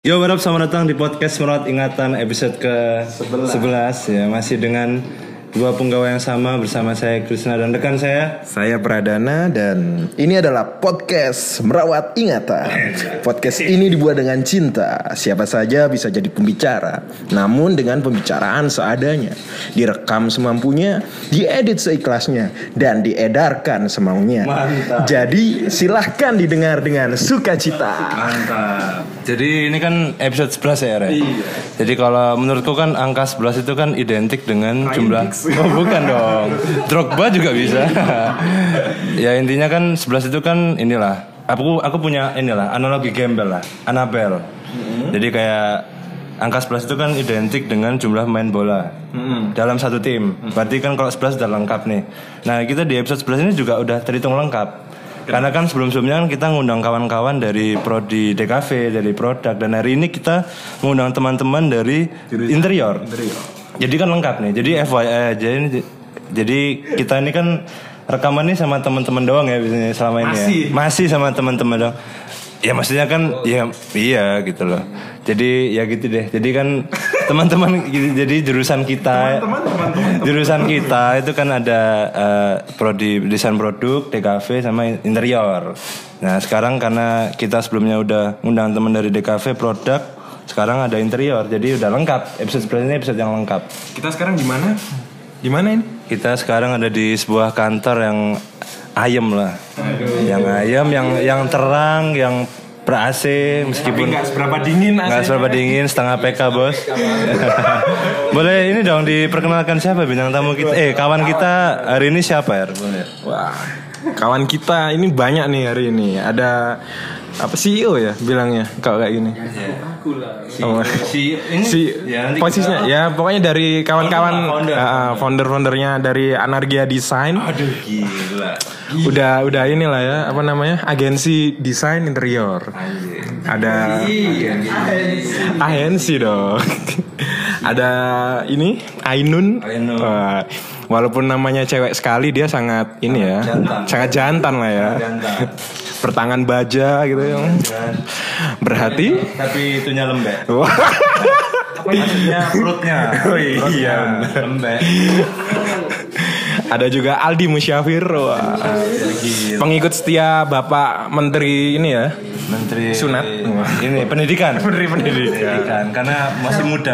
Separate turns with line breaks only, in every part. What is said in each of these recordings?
Yo, what up, selamat datang di podcast Merawat Ingatan episode ke-11 ya, masih dengan dua penggawa yang sama bersama saya Krisna dan rekan saya
Pradana, dan ini adalah podcast Merawat Ingatan. Podcast ini dibuat dengan cinta. Siapa saja bisa jadi pembicara, namun dengan pembicaraan seadanya. Direkam semampunya, diedit seikhlasnya, dan diedarkan semaunya.
Mantap.
Jadi silahkan didengar dengan sukacita.
Mantap. Jadi ini kan episode 11 ya, Re? Iya. Jadi kalau menurutku kan angka 11 itu kan identik dengan jumlah. Oh, bukan dong. Drogba juga bisa. Ya intinya kan 11 itu kan inilah. Aku punya inilah analogi gembel lah, Annabelle. Jadi kayak angka 11 itu kan identik dengan jumlah main bola dalam satu tim. Berarti kan kalau 11 sudah lengkap nih. Nah, kita di episode 11 ini juga udah terhitung lengkap. Karena kan sebelum-sebelumnya kan kita ngundang kawan-kawan dari Prodi DKV, dari produk, dan hari ini kita mengundang teman-teman dari interior. Jadi kan lengkap nih. Jadi FYI aja ini. Jadi kita ini kan rekaman nih sama teman-teman doang ya biasanya selama ini ya. Masih sama teman-teman doang. Ya maksudnya kan ya iya gitu loh. Jadi ya gitu deh. Jadi kan teman-teman jadi jurusan kita itu kan ada prodi desain produk, DKV sama interior. Nah, sekarang karena kita sebelumnya udah ngundang teman dari DKV produk, sekarang ada interior. Jadi udah lengkap. Episode sebelumnya episode yang lengkap.
Kita sekarang di mana? Di mana ini?
Kita sekarang ada di sebuah kantor yang ayem lah. Yang ayem, yang terang, yang ber-AC meskipun
nggak seberapa dingin.
Nggak seberapa dingin, setengah PK bos. Boleh ini dong diperkenalkan siapa bintang tamu kita? Kawan kita hari ini siapa ya?
Wah, kawan kita ini banyak nih hari ini. Ada apa CEO ya bilangnya kalau kayak gini?
Aku lah.
Posisinya ya pokoknya dari kawan-kawan founder-foundernya dari Anargia Design.
Aduh gila.
Udah inilah ya, apa namanya, agensi desain interior. Ada agensi dong. Ada ini Ainun. Walaupun namanya cewek sekali, dia sangat ini ya, sangat jantan lah ya. Bertangan baja gitu ya. Berhati
tapi itunya lembek.
Maksudnya
perutnya.
Oh iya,
lembek.
Ada juga Aldi Musyafir, pengikut setia Bapak Menteri ini ya,
Menteri
Sunat.
Ini pendidikan.
Menteri pendidikan.
Karena masih muda.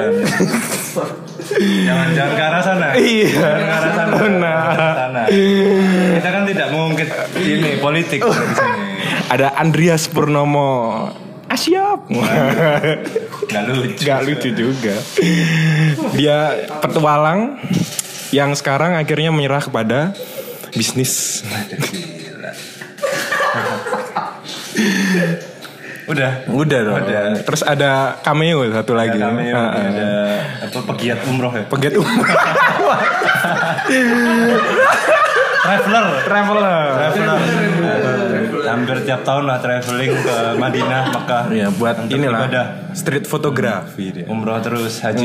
Jangan ke arah sana.
Iya.
Jangan ke arah sana.
Benar.
Kita kan tidak mengungkit ini politik di sini.
Ada Andreas Purnomo. Siap. Gak lucu juga. Dia petualang yang sekarang akhirnya menyerah kepada bisnis. Udah dong. Terus ada cameo satu lagi.
Ada apa, pegiat umroh ya?
Pegiat umroh. Traveler.
Hampir tiap tahun lah traveling ke Madinah, Mekah.
Iya, buat inilah
ibadah.
Street fotografi dia.
Umroh terus, haji.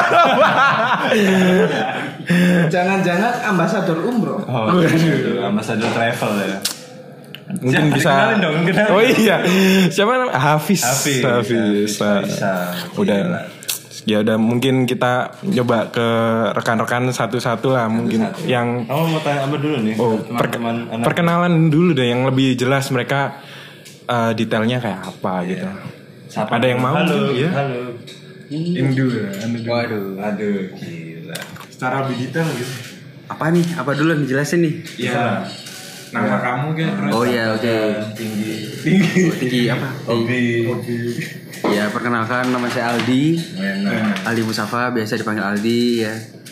Jangan-jangan ambasador umroh.
Oh, ambasador travel ya.
Mungkin bisa.
Kenalin.
Oh iya. Siapa namanya? Hafiz.
Bisa.
Udah. Ya udah, mungkin kita coba ke rekan-rekan satu-satu lah mungkin yang.
Kamu mau tanya apa dulu nih?
Perkenalan dulu deh yang lebih jelas mereka detailnya kayak apa gitu. Ada yang mau?
Halo.
Ya?
Halo.
Ini dulu.
Aduh, gila.
Secara lebih detail gitu.
Apa nih? Apa dulu nih, jelasin nih?
Iya. Nama kamu kan?
Oh iya, oke. Tinggi apa?
Hobi.
Ya, perkenalkan, nama saya Aldi. Aldi Musafa, biasa dipanggil Aldi ya.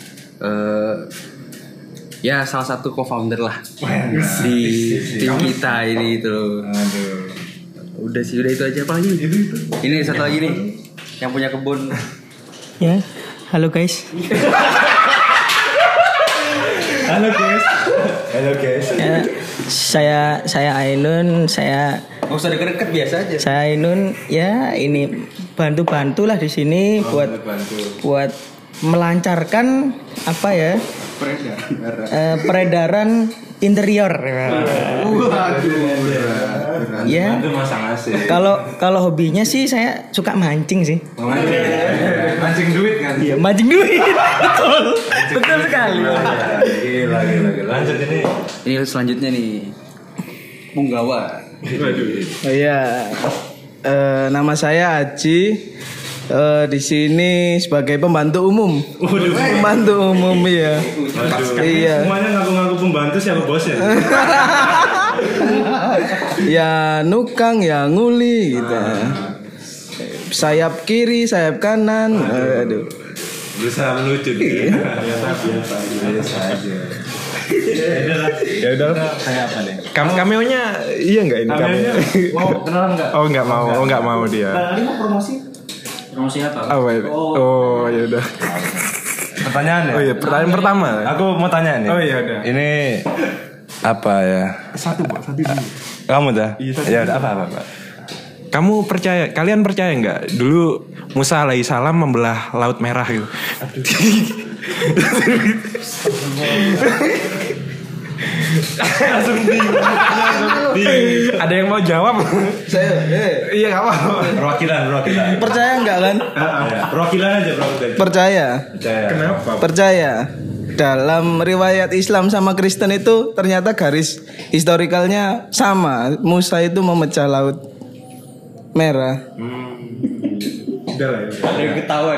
Ya salah satu co-founder lah di tim kita ini itu. Udah sih, udah itu aja. Apa lagi? Ini satu lagi nih, yang punya kebun.
Ya, halo guys.
Halo guys.
Ya, saya Ainun,
Gak usah deket-deket, biasa aja.
Saya Ainun. Ya, ini bantu-bantulah di sini buat melancarkan apa ya? Peredaran interior. Ya.
Bantu masang AC.
Kalau hobinya sih saya suka mancing sih.
Mancing duit kan?
Iya, mancing duit. Betul sekali.
Gila. Lanjut ini.
Ini selanjutnya nih. Punggawa.
Oh iya. Nama saya Aji. Di sini sebagai pembantu umum. Pembantu umum ya. Iya.
Semuanya ngaku-ngaku pembantu siapa bosnya?
Ya nukang ya nguli gitu. Sayap kiri, sayap kanan. Aduh.
Berusaha melucu gitu. Biasa aja.
Ya udah.
Kayak apa nih?
Cameo-nya iya enggak ini cameo?
Mau kenalan enggak?
Oh enggak mau dia.
Tadi mau promosi? Promosi apa?
Apa itu? Oh ya udah.
Pertanyaan ya?
Oh iya, pertanyaan pertama.
Aku mau tanya nih.
Oh iya udah.
Ini apa ya?
Satu dulu.
Kamu dah?
Iya, satu.
Ya udah apa?
Kalian percaya nggak dulu Musa alaihissalam membelah Laut Merah gitu? Langsung bingung. Ada yang mau jawab?
Saya.
Iya nggak apa.
Perwakilan.
Percaya nggak kan?
Perwakilan aja.
Percaya.
Kenapa?
Percaya. Dalam riwayat Islam sama Kristen itu ternyata garis historikalnya sama. Musa itu memecah Laut Merah.
Udah lah ya.
Ada yang ketahuan.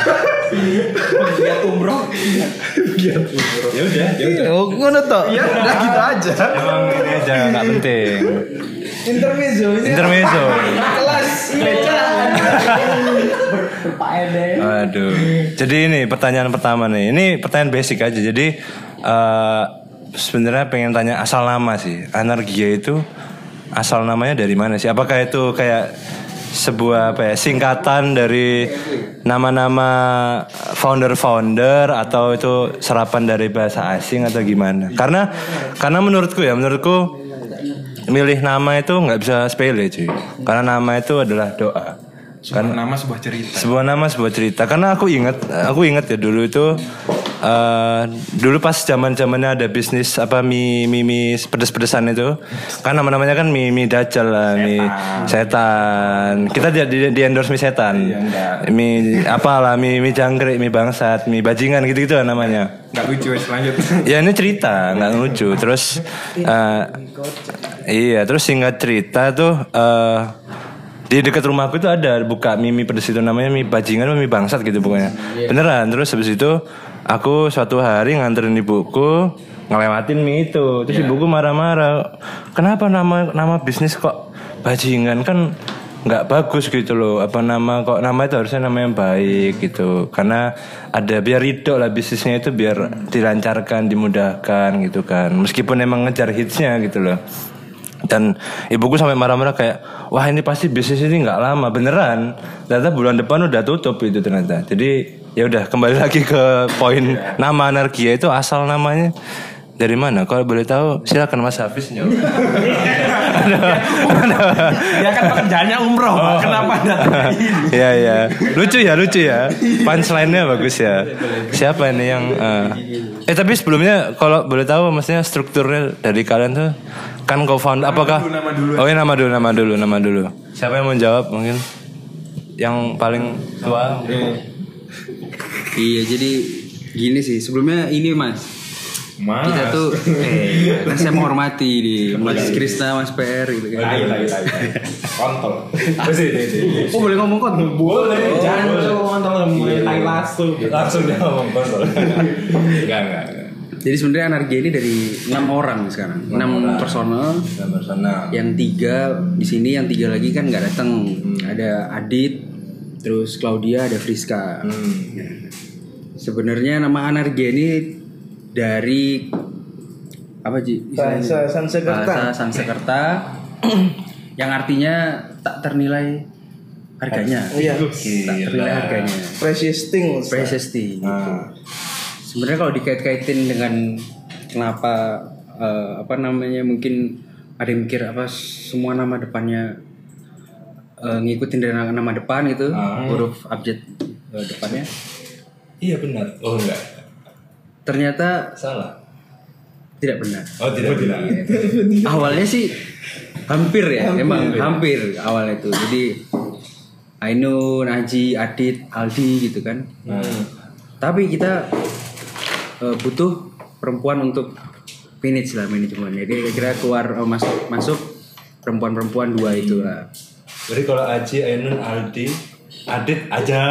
Lihat umroh.
Ya udah.
Oh, ngono toh.
Ya udah gitu aja.
Emang ini aja nggak penting.
Intermezzo. Kelas beca. Pak Ede.
Aduh. Jadi ini pertanyaan pertama nih. Ini pertanyaan basic aja. Jadi sebenarnya pengen tanya asal nama sih. Anargia itu asal namanya dari mana sih? Apakah itu kayak sebuah singkatan dari nama-nama founder atau itu serapan dari bahasa asing atau gimana? Karena menurutku milih nama itu nggak bisa sepele cuy. Karena nama itu adalah doa.
Karena nama sebuah cerita.
Sebuah cerita. Karena aku ingat ya dulu itu dulu pas zamannya ada bisnis mie pedes-pedesan itu. Kan namanya kan mie dajjal lah, mie setan. Kita di endorse mie setan. Mie apalah, mie jangkrik, mie bangsat, mie bajingan gitu lah namanya.
Nggak lucu lanjut.
Ya ini cerita nggak lucu. Terus terus singkat cerita tuh di dekat rumahku itu ada buka mie pedes itu namanya mie bajingan atau mie bangsat gitu pokoknya. Beneran. Terus habis itu aku suatu hari nganterin ibuku ngelewatin mie itu. Terus ibuku marah-marah. Kenapa nama bisnis kok bajingan, kan nggak bagus gitu loh. Nama itu harusnya nama yang baik gitu. Karena ada biar ridho lah bisnisnya itu, biar dilancarkan, dimudahkan gitu kan. Meskipun emang ngejar hitsnya gitu loh. Dan ibuku sampai marah-marah kayak, wah ini pasti bisnis ini nggak lama. Beneran, ternyata bulan depan udah tutup itu ternyata. Jadi ya udah, kembali lagi ke poin nama Anargia itu asal namanya dari mana? Kalau boleh tahu silakan Mas Hafiz jawab.
Dia kan pekerjaannya umroh. Kenapa datang ini?
Ya. Lucu ya. Punchline-nya bagus ya. Siapa ini yang tapi sebelumnya kalau boleh tahu maksudnya strukturnya dari kalian tuh kan co-founder apakah?
Nama dulu.
Oh ya nama dulu. Siapa yang mau jawab mungkin? Yang paling tua?
Iya, jadi gini sih. Sebelumnya ini Mas. Kita tuh kan saya menghormati di Mas Krisna, Mas PR gitu kan.
Kontol.
Oh boleh ngomong kontol?
Boleh. Jangan kontol mulai langsung dia ngomong kontol. Enggak.
Jadi sebenarnya Anargia ini dari 6 orang sekarang, 6 personal. Yang 3 di sini, yang 3 lagi kan nggak datang. Ada Adit, terus Claudia, ada Friska. Sebenarnya nama Anargia ini dari apa sih?
Bahasa Sanskerta.
Yang artinya tak ternilai harganya.
Iya.
Tak ternilai harganya.
Precious thing.
Sebenarnya kalau dikait-kaitin dengan kenapa mungkin ada yang mikir apa semua nama depannya ngikutin dari nama depan gitu, huruf abjad depannya.
Iya benar. Oh enggak.
Ternyata
Salah.
tidak benar.
Oh tidak benar.
Awalnya sih hampir ya, emang hampir awalnya itu. Jadi Ainun, Aji, Adit, Aldi gitu kan. Tapi kita butuh perempuan untuk manage lah manajemen. Jadi kira-kira keluar masuk perempuan-perempuan 2 itu lah.
Jadi kalau Aji, Ainun, Aldi, Adit aja.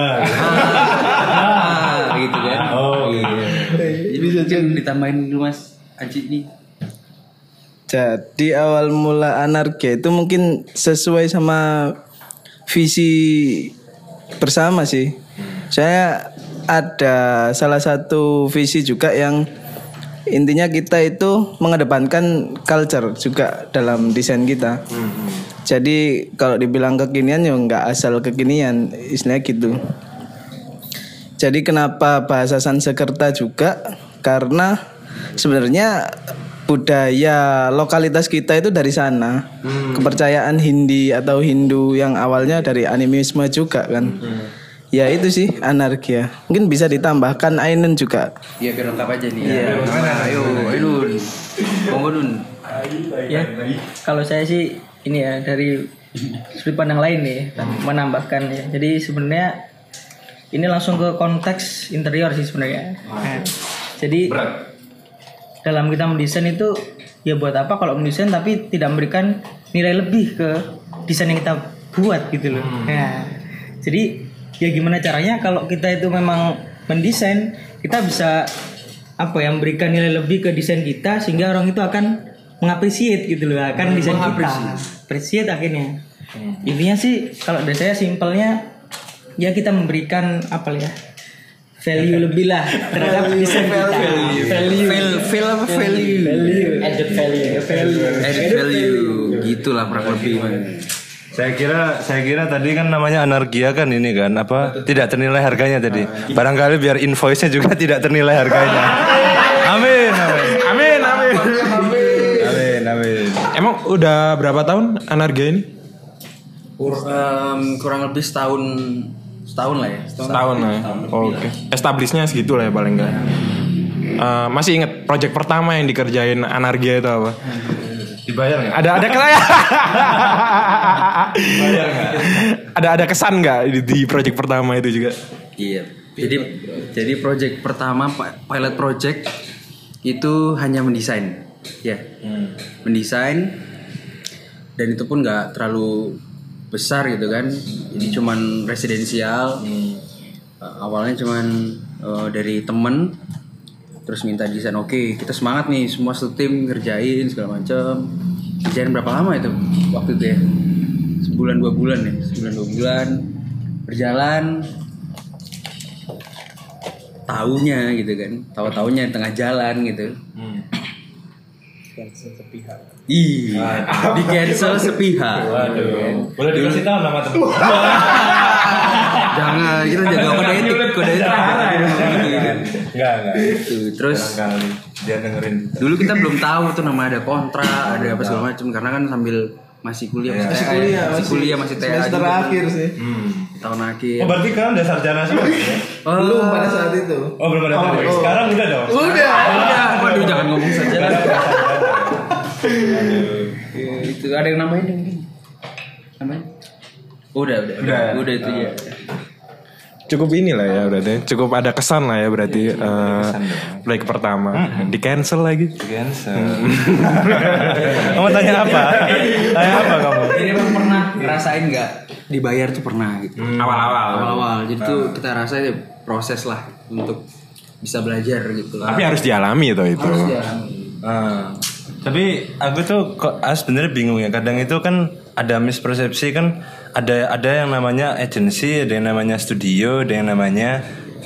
Gitu kan.
Oh
iya. Bisa ditambahin dulu Mas Aji nih.
Jadi awal mula Anargia itu mungkin sesuai sama visi bersama sih. Saya ada salah satu visi juga yang intinya kita itu mengedepankan culture juga dalam desain kita. Jadi kalau dibilang kekinian ya nggak asal kekinian, istilahnya gitu. Jadi kenapa bahasa Sanskerta juga? Karena sebenarnya budaya lokalitas kita itu dari sana. Kepercayaan Hindi atau Hindu yang awalnya dari animisme juga kan. Ya itu sih Anargia. Mungkin bisa ditambahkan Ainun juga.
Iya biar lengkap aja nih. Iya. Ayo Ainun. Monggo Nun.
Ya. Kalau saya sih ini ya dari sudut pandang lain nih menambahkan ya. Jadi sebenarnya ini langsung ke konteks interior sih sebenarnya. Nah, jadi dalam kita mendesain itu ya buat apa kalau mendesain tapi tidak memberikan nilai lebih ke desain yang kita buat gitu loh. Nah, jadi ya gimana caranya kalau kita itu memang mendesain kita bisa memberikan nilai lebih ke desain kita sehingga orang itu akan mengapresiasi gitu loh akan desain kita. Appreciate akhirnya. Intinya sih kalau dari saya simpelnya ya kita memberikan value lebih lah terhadap desain kita. Value. Added value.
Gitulah kurang lebih.
Saya kira tadi kan namanya Anargia kan ini kan tidak ternilai harganya tadi. Barangkali biar invoice-nya juga tidak ternilai harganya. Amin.
Emang udah berapa tahun Anargia ini?
Kurang lebih setahun lah ya.
Setahun lah ya. Oke. Establishnya segitu lah ya paling enggak. Masih inget project pertama yang dikerjain Anargia itu apa?
Dibayar nggak?
Ada kesan nggak di project pertama itu juga?
Iya. Jadi project pertama pilot project itu hanya mendesain, ya. Mendesain dan itu pun nggak terlalu besar gitu kan. Jadi cuman residensial. Awalnya cuman dari temen. Terus minta desain, oke kita semangat nih semua satu tim ngerjain segala macam. Desain berapa lama itu waktu itu ya? Sebulan 2 bulan ya, berjalan. Taunya gitu kan, tahu-taunya tengah jalan gitu.
Cancel sepihak.
Di cancel sepihak.
Waduh. Boleh dikasih tahu nama teman.
Jangan, kita jaga kode etik.
Enggak.
Terus
dia dengerin.
Dulu kita belum tahu tuh nama ada kontra, ada apa segala macam karena kan sambil masih kuliah, masih TA
semester akhir sih.
Tahun akhir.
Oh berarti kalian udah sarjana semua ya?
Belum pada saat itu.
Oh belum pada saat itu. Sekarang udah dong.
Udah.
Waduh jangan ngomong sarjana. Itu ada yang namain mungkin. Namanya? Udah itu ya.
Cukup inilah ya berarti. Cukup ada kesan lah ya berarti. Proyek pertama di cancel lagi.
Kamu tanya apa? Kamu?
Ini emang pernah ngerasain nggak dibayar tuh pernah gitu. Awal-awal. Jadi tuh kita rasain proses lah untuk bisa belajar gitu.
Tapi harus dialami itu.
Harus dialami.
Tapi aku tuh sebenarnya bingung ya. Kadang itu kan ada mispersepsi kan. Ada yang namanya agency, ada yang namanya studio, ada yang namanya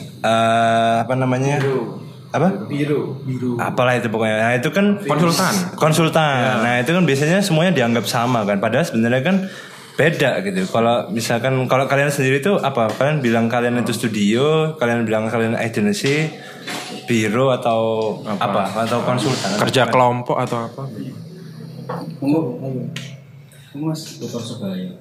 biru. Apalah itu pokoknya. Nah itu kan konsultan. Nah itu kan biasanya semuanya dianggap sama kan. Padahal sebenarnya kan beda gitu. Kalau misalkan kalau kalian sendiri tuh apa? Kalian bilang kalian itu studio, kalian bilang kalian agency, biro atau apa? Atau konsultan?
Kerja kelompok atau apa?
Monggo. Mas Dr. Subaya.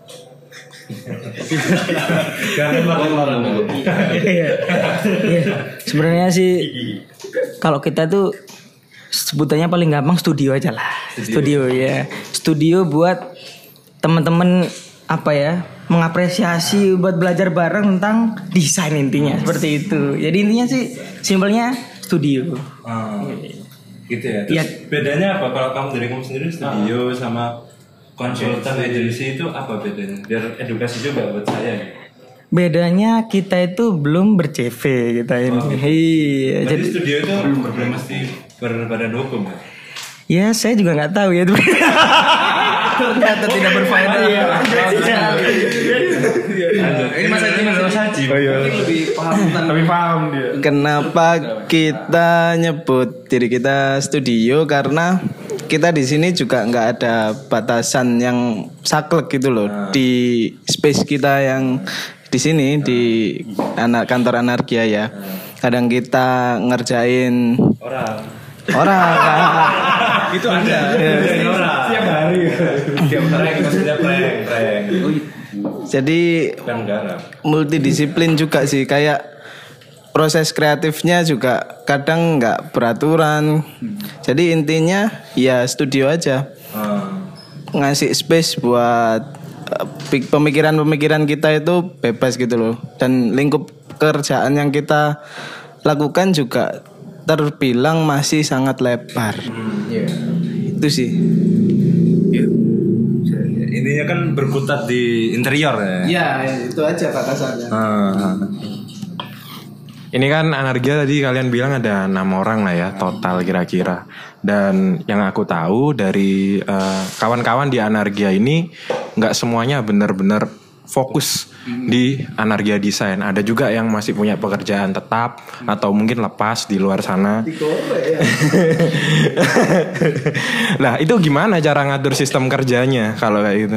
Sebenarnya sih kalau kita tuh sebutannya paling gampang studio aja lah. Studio ya. Studio buat teman-teman apa ya, mengapresiasi buat belajar bareng tentang desain intinya seperti itu. Jadi intinya sih simpelnya studio.
Gitu ya. Terus bedanya apa kalau kamu dari kamu sendiri studio sama konsultan agency itu apa bedanya? Biar edukasi juga buat saya.
Bedanya kita itu belum ber-CV kita ini. Iya.
Jadi studio itu belum mesti berbadan hukum ya?
Ya saya juga nggak tahu ya. Ternyata tidak berfaedah.
Ini Mas Haji. Lebih paham tentang.
Tapi paham dia.
Kenapa kita nyebut diri kita studio? Karena kita di sini juga nggak ada batasan yang saklek gitu loh di space kita yang di sini di kantor Anargia ya. Kadang kita ngerjain orang
Itu Anda.
Tiap hari. Tiap hari maksudnya prank.
jadi
Kan garap.
multidisiplin juga sih, kayak proses kreatifnya juga kadang nggak beraturan. Jadi intinya ya studio aja, ngasih space buat pemikiran-pemikiran kita itu bebas gitu loh. Dan lingkup kerjaan yang kita lakukan juga terbilang masih sangat lebar. Itu sih.
Intinya kan berkutat di interior ya.
Ya itu aja batasannya.
Ini kan Anargia tadi kalian bilang ada 6 orang lah ya total kira-kira. Dan yang aku tahu dari kawan-kawan di Anargia ini nggak semuanya benar-benar fokus di Anargia Design. Ada juga yang masih punya pekerjaan tetap atau mungkin lepas di luar sana. Nah itu gimana cara ngatur sistem kerjanya kalau kayak gitu?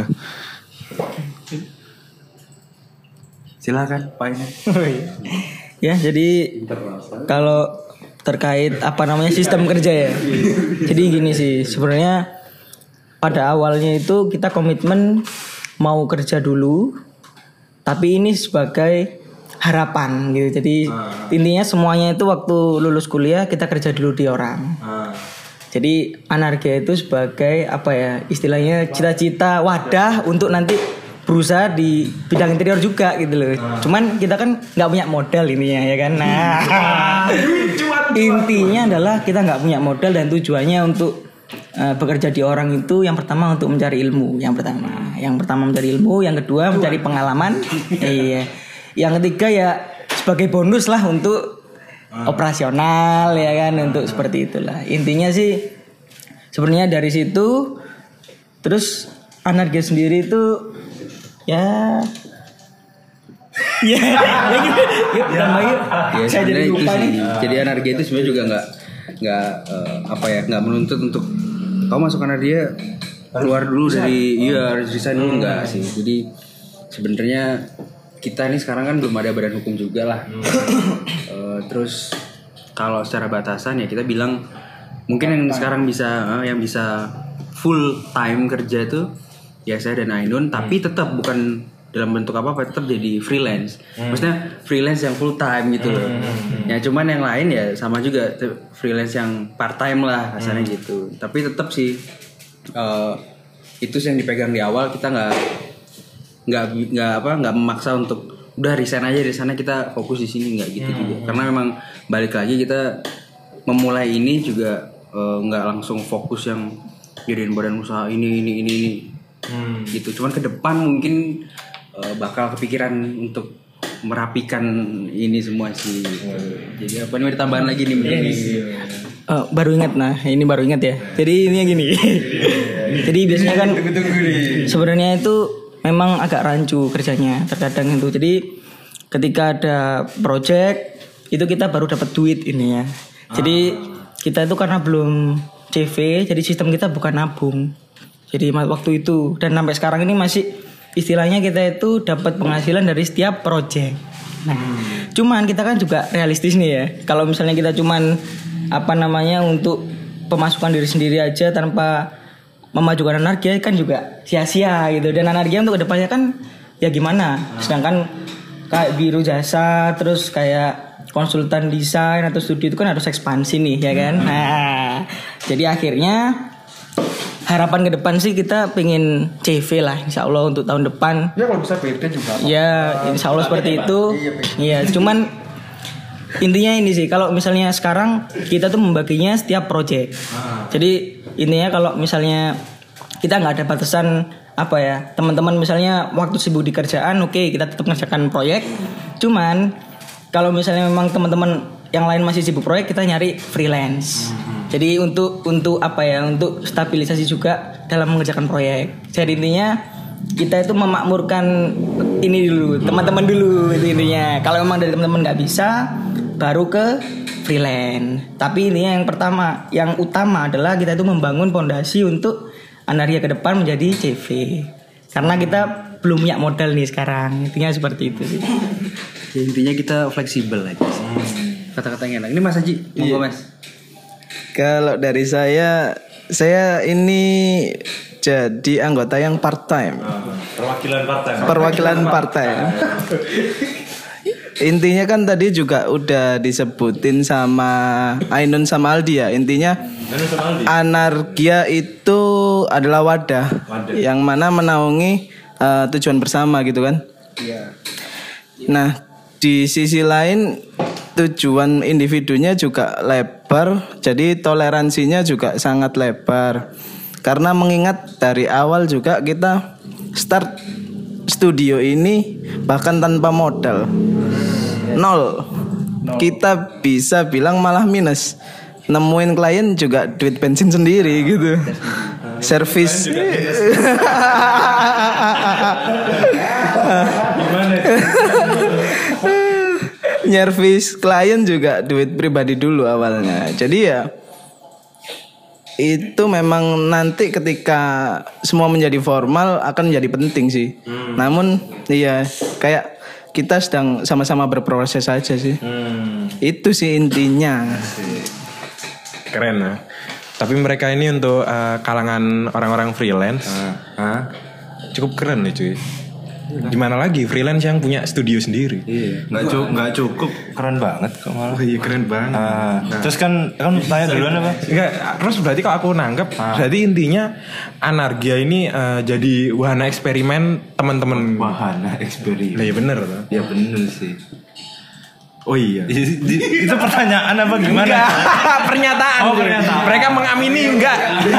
Silakan Pak ini.
Ya, jadi kalau terkait apa namanya sistem kerja ya. Jadi gini sih, sebenarnya pada awalnya itu kita komitmen mau kerja dulu, tapi ini sebagai harapan gitu. Jadi intinya semuanya itu waktu lulus kuliah kita kerja dulu di orang. Jadi Anargia itu sebagai apa ya, istilahnya cita-cita wadah untuk nanti berusaha di bidang interior juga gitu loh. Cuman kita kan nggak punya modal ininya ya kan. Nah, intinya adalah kita nggak punya modal dan tujuannya untuk bekerja di orang itu yang pertama untuk mencari ilmu. Yang pertama mencari ilmu, yang kedua mencari pengalaman. Iya. Yang ketiga ya sebagai bonus lah untuk operasional ya kan, untuk seperti itulah. Intinya sih sebenarnya dari situ terus Anargia sendiri itu ya
saya jadi lupa nih. Jadi Anargia itu sebenarnya juga nggak menuntut untuk kamu masuk Anargia keluar dulu dari desain dulu, enggak sih. Jadi sebenarnya kita ini sekarang kan belum ada badan hukum juga lah. Terus kalau secara batasan ya kita bilang mungkin yang sekarang yang bisa full time kerja itu ya saya dan Ainun, tapi tetap bukan dalam bentuk apa-apa, tetap jadi freelance. Maksudnya freelance yang full time gitu loh. Ya cuman yang lain ya sama juga freelance yang part time lah rasanya gitu. Tapi tetap sih itu yang dipegang di awal, kita nggak memaksa untuk udah resign aja dari sana kita fokus di sini, nggak gitu juga. Karena memang balik lagi kita memulai ini juga nggak langsung fokus yang jadiin badan usaha ini gitu. Cuman ke depan mungkin bakal kepikiran untuk merapikan ini semua sih. Jadi apa nih, ada tambahan lagi nih?
Baru ingat ya. Jadi ini gini. Jadi biasanya kan sebenarnya itu memang agak rancu kerjanya terkadang itu. Jadi ketika ada project itu kita baru dapat duit ini ya. Jadi kita itu karena belum CV, jadi sistem kita bukan nabung. Jadi waktu itu dan sampai sekarang ini masih istilahnya kita itu dapat penghasilan dari setiap project. Nah, cuman kita kan juga realistis nih ya. Kalau misalnya kita cuman untuk pemasukan diri sendiri aja tanpa memajukan Anargia kan juga sia-sia gitu. Dan Anargia untuk kedepannya kan ya gimana? Sedangkan kayak biro jasa terus kayak konsultan desain atau studi itu kan harus ekspansi nih ya kan. Nah, Jadi akhirnya harapan ke depan sih kita pengen CV lah insya Allah untuk tahun depan.
Ya kalau bisa PT juga.
Ya insya Allah seperti itu. Iya cuman intinya ini sih kalau misalnya sekarang kita tuh membaginya setiap project. Jadi intinya kalau misalnya kita nggak ada batasan apa ya teman-teman misalnya waktu sibuk di kerjaan oke, kita tetap mengerjakan proyek. Cuman kalau misalnya memang teman-teman yang lain masih sibuk proyek kita nyari freelance. Jadi untuk apa ya untuk stabilisasi juga dalam mengerjakan proyek. Jadi intinya kita itu memakmurkan ini dulu teman-teman dulu itu intinya. Kalau memang dari teman-teman nggak bisa baru ke freelance. Tapi ini yang pertama, yang utama adalah kita itu membangun fondasi untuk Anargia ke depan menjadi CV. Karena kita belum punya modal nih sekarang. Intinya seperti itu sih.
Ya, intinya kita fleksibel aja sih. Kata-katanya enak. Ini Mas Haji, monggo Mas.
Kalau dari saya ini jadi anggota yang part time. Perwakilan part time. Intinya kan tadi juga udah disebutin sama Ainun sama Aldi ya. Intinya Anargia itu adalah wadah yang mana menaungi tujuan bersama gitu kan.
Iya.
Nah, di sisi lain tujuan individunya juga lebar, jadi toleransinya juga sangat lebar. Karena mengingat dari awal juga kita start studio ini bahkan tanpa modal. Nol. Kita bisa bilang malah minus. Nemuin klien juga duit bensin sendiri gitu. Servis. Nyervis klien juga duit pribadi dulu awalnya. Jadi ya itu memang nanti ketika semua menjadi formal akan menjadi penting sih. Namun iya kayak kita sedang sama-sama berproses saja sih. Itu sih intinya.
Keren ya. Tapi mereka ini untuk kalangan orang-orang freelance cukup keren nih cuy. Gimana lagi freelance yang punya studio sendiri?
Iya. Nggak cukup keren banget kok malah.
Oh iya keren banget.
Terus kan tanya duluan apa?
Enggak, terus berarti kalau aku nangkep berarti intinya Anargia ini jadi wahana eksperimen teman-teman.
Wahana eksperimen.
Nah, ya bener tuh.
Ya bener sih.
Oh iya.
Itu pertanyaan apa gimana?
Enggak, pernyataan.
Oh, pernyataan.
Mereka mengamini enggak?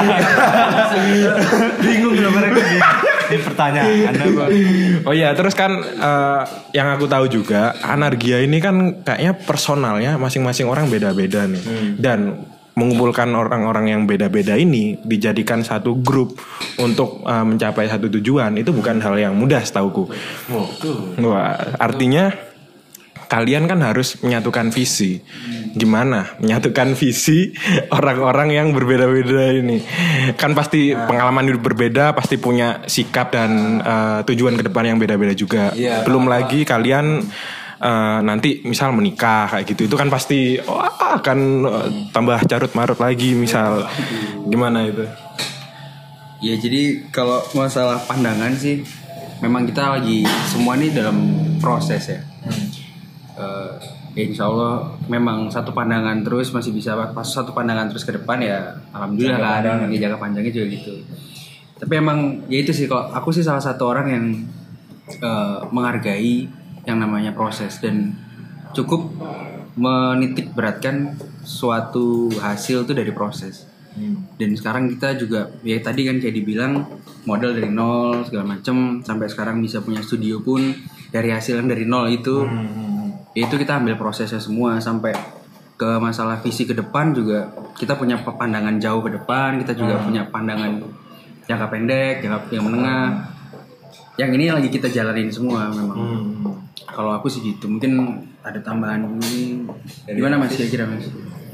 Bingung loh mereka. Ini pertanyaan apa?
Oh iya, terus kan yang aku tahu juga Anargia ini kan kayaknya personalnya masing-masing orang beda-beda nih. Dan mengumpulkan orang-orang yang beda-beda ini dijadikan satu grup untuk mencapai satu tujuan itu bukan hal yang mudah setauku. Wah, artinya kalian kan harus menyatukan visi. Gimana menyatukan visi orang-orang yang berbeda-beda ini? Kan pasti pengalaman hidup berbeda, pasti punya sikap dan tujuan ke depan yang beda-beda juga. Belum lagi kalian nanti misal menikah kayak gitu, itu kan pasti akan tambah carut marut lagi misal. Gimana itu?
Ya jadi kalau masalah pandangan sih memang kita lagi semua nih dalam proses ya. Ya insya Allah memang satu pandangan terus masih bisa pas satu pandangan terus ke depan ya alhamdulillah kan ya, jangka panjangnya juga gitu. Tapi emang ya itu sih kalau aku sih salah satu orang yang menghargai yang namanya proses dan cukup menitik beratkan suatu hasil itu dari proses. Dan sekarang kita juga ya tadi kan kayak dibilang modal dari nol segala macem sampai sekarang bisa punya studio pun dari hasil yang dari nol itu. Itu kita ambil prosesnya semua sampai ke masalah visi ke depan juga kita punya pandangan jauh ke depan, kita juga punya pandangan jangka pendek, jangka yang menengah. Yang ini lagi kita jalanin semua memang. Kalau aku sih gitu, mungkin ada tambahan ini. Gimana Mas kira-kira Mas?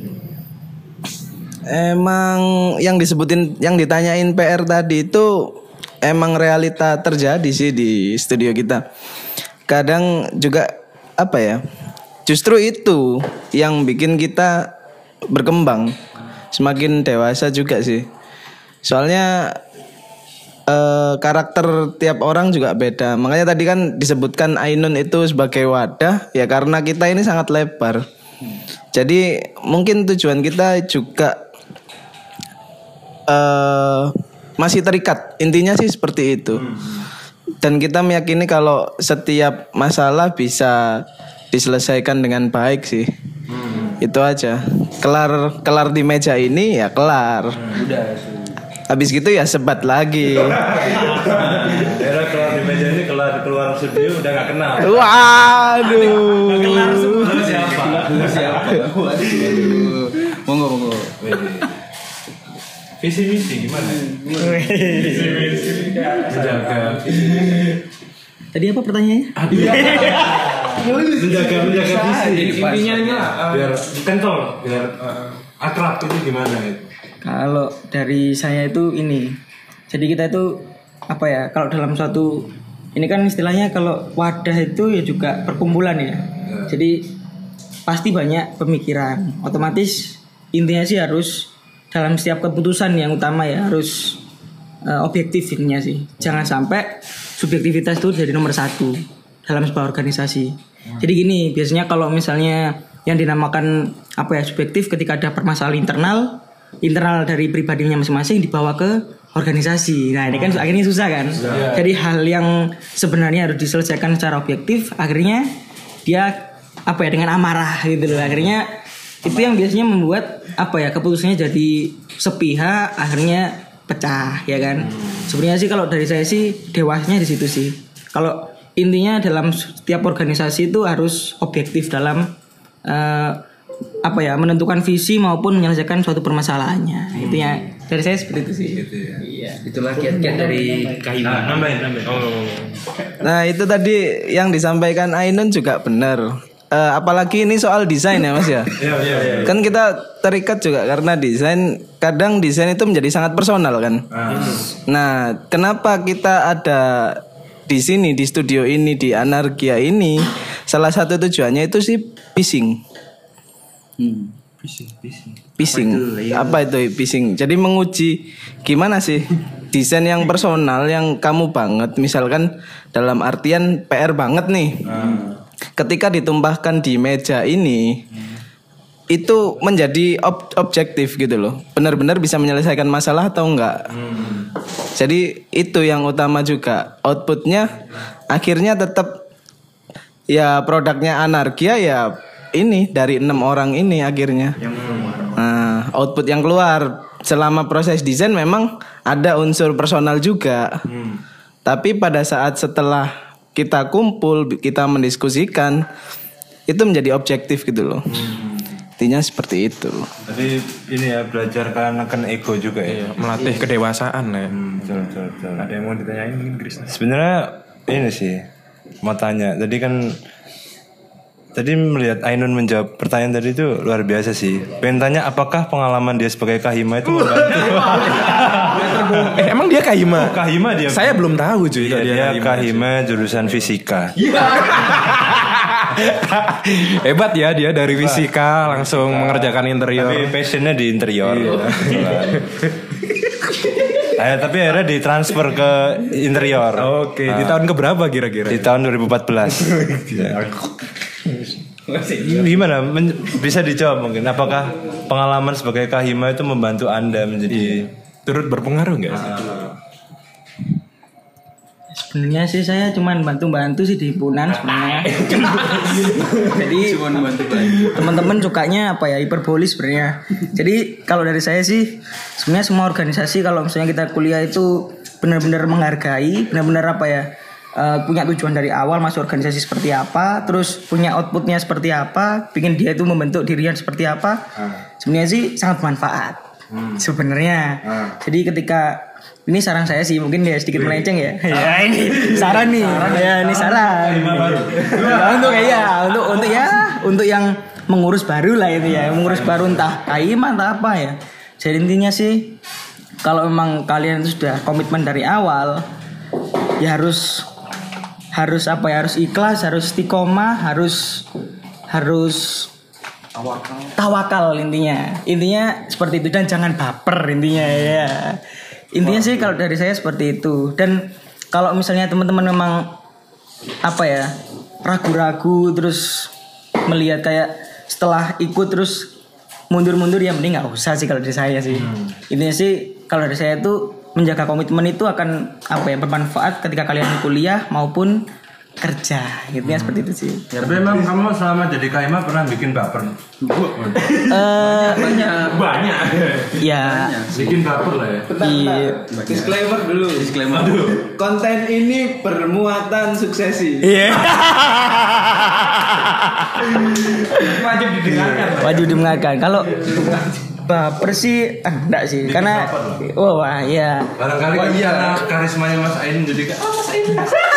Emang yang disebutin, yang ditanyain PR tadi itu emang realita terjadi sih di studio kita. Kadang juga apa ya, justru itu yang bikin kita berkembang semakin dewasa juga sih. Soalnya karakter tiap orang juga beda. Makanya tadi kan disebutkan Ainun itu sebagai wadah ya karena kita ini sangat lebar. Jadi mungkin tujuan kita juga masih terikat. Intinya sih seperti itu. Dan kita meyakini kalau setiap masalah bisa diselesaikan dengan baik sih. Itu aja. Kelar di meja ini ya kelar. Habis gitu ya sebat lagi.
Era kelar di meja ini keluar studio udah gak kenal.
Waduh.
Kelar semua siapa? Monggo.
Visi misi gimana? Menjaga
Tadi apa pertanyaannya?
menjaga visi.
Intinya ini
Biar kental, biar akrab itu gimana itu?
Kalau dari saya itu ini, jadi kita itu apa ya? Kalau dalam suatu ini kan istilahnya kalau wadah itu ya juga perkumpulan ya. Jadi pasti banyak pemikiran. Otomatis intinya sih harus dalam setiap keputusan yang utama ya harus objektif intinya sih. Jangan sampai subjektivitas itu jadi nomor satu dalam sebuah organisasi. Jadi gini, biasanya kalau misalnya yang dinamakan apa ya subjektif ketika ada permasalahan internal dari pribadinya masing-masing dibawa ke organisasi. Nah ini kan akhirnya susah kan. Jadi hal yang sebenarnya harus diselesaikan secara objektif, akhirnya dia apa ya dengan amarah gitu loh. Akhirnya itu yang biasanya membuat apa ya keputusannya jadi sepihak, akhirnya pecah ya kan. Sebenarnya sih kalau dari saya sih dewasanya di situ sih. Kalau intinya dalam setiap organisasi itu harus objektif dalam apa ya menentukan visi maupun menyelesaikan suatu permasalahannya. Itu ya dari saya seperti itu sih.
Iya, itulah kiat-kiat dari Kahima.
Nambahin.
Nah itu tadi yang disampaikan Ainun juga benar. Apalagi ini soal desain ya Mas ya.
Iya.
Kan kita terikat juga karena desain. Kadang desain itu menjadi sangat personal kan. Nah kenapa kita ada di sini di studio ini di Anargia ini? Salah satu tujuannya itu sih phishing. Phishing. Apa itu phishing? Jadi menguji gimana sih desain yang personal yang kamu banget. Misalkan dalam artian PR banget nih. Ketika ditumpahkan di meja ini itu menjadi objektif gitu loh. Benar-benar bisa menyelesaikan masalah atau enggak. Jadi itu yang utama juga. Outputnya akhirnya tetap ya produknya Anargia ya ini dari 6 orang ini akhirnya. Nah, output yang keluar selama proses desain memang ada unsur personal juga. Tapi pada saat setelah kita kumpul, kita mendiskusikan, itu menjadi objektif gitu loh. Intinya seperti itu.
Jadi ini ya belajar kan ego juga ya.
melatih kedewasaan ya.
Betul.
Ada yang mau ditanyain mungkin Chris?
Sebenarnya ini sih mau tanya. Tadi melihat Ainun menjawab pertanyaan tadi itu luar biasa sih. Pengen tanya apakah pengalaman dia sebagai Kahima itu membantu?
Emang dia Kahima?
Kahima dia.
Saya belum tahu cuy.
Dia Kahima jurusan fisika.
Hebat ya dia dari fisika langsung mengerjakan interior.
Tapi passionnya di interior. Tapi akhirnya ditransfer ke interior.
Oke, di tahun keberapa kira-kira?
Di tahun 2014. Gimana? Bisa dijawab mungkin. Apakah pengalaman sebagai Kahima itu membantu Anda menjadi
turut berpengaruh nggak?
Sebenarnya sih saya cuman bantu-bantu sih di himpunan sebenarnya. Jadi teman-teman sukanya apa ya hiperbolis sebenarnya. Jadi kalau dari saya sih sebenarnya semua organisasi kalau misalnya kita kuliah itu benar-benar menghargai, benar-benar apa ya punya tujuan dari awal masuk organisasi seperti apa, terus punya outputnya seperti apa, pingin dia itu membentuk dirinya seperti apa. Sebenarnya sih sangat bermanfaat sebenarnya. Jadi ketika ini saran saya sih mungkin ya sedikit melenceng ya. Ya ini saran nih. Ya ini saran. Untuk yang mengurus baru lah itu ya. Mengurus baru entah Kahima entah apa ya. Jadi intinya sih kalau memang kalian itu sudah komitmen dari awal ya harus apa ya, harus ikhlas, harus istiqomah, harus tawakal intinya seperti itu dan jangan baper intinya ya. Intinya sih kalau dari saya seperti itu. Dan kalau misalnya teman-teman memang apa ya ragu-ragu terus melihat kayak setelah ikut terus mundur-mundur ya mending nggak usah sih kalau dari saya sih. Intinya sih kalau dari saya itu menjaga komitmen itu akan bermanfaat ketika kalian kuliah maupun kerja, gitu ya, seperti itu sih.
Tapi emang kamu selama jadi KMA pernah bikin baper?
Banyak.
Ya.
Bikin baper lah ya.
Iya.
Disclaimer dulu. Konten ini bermuatan suksesi.
Iya. Wajib didengarkan. Kalau baper sih enggak sih, karena wah ya.
Barangkali kan karena karismanya Mas Ain jadi Mas Ain.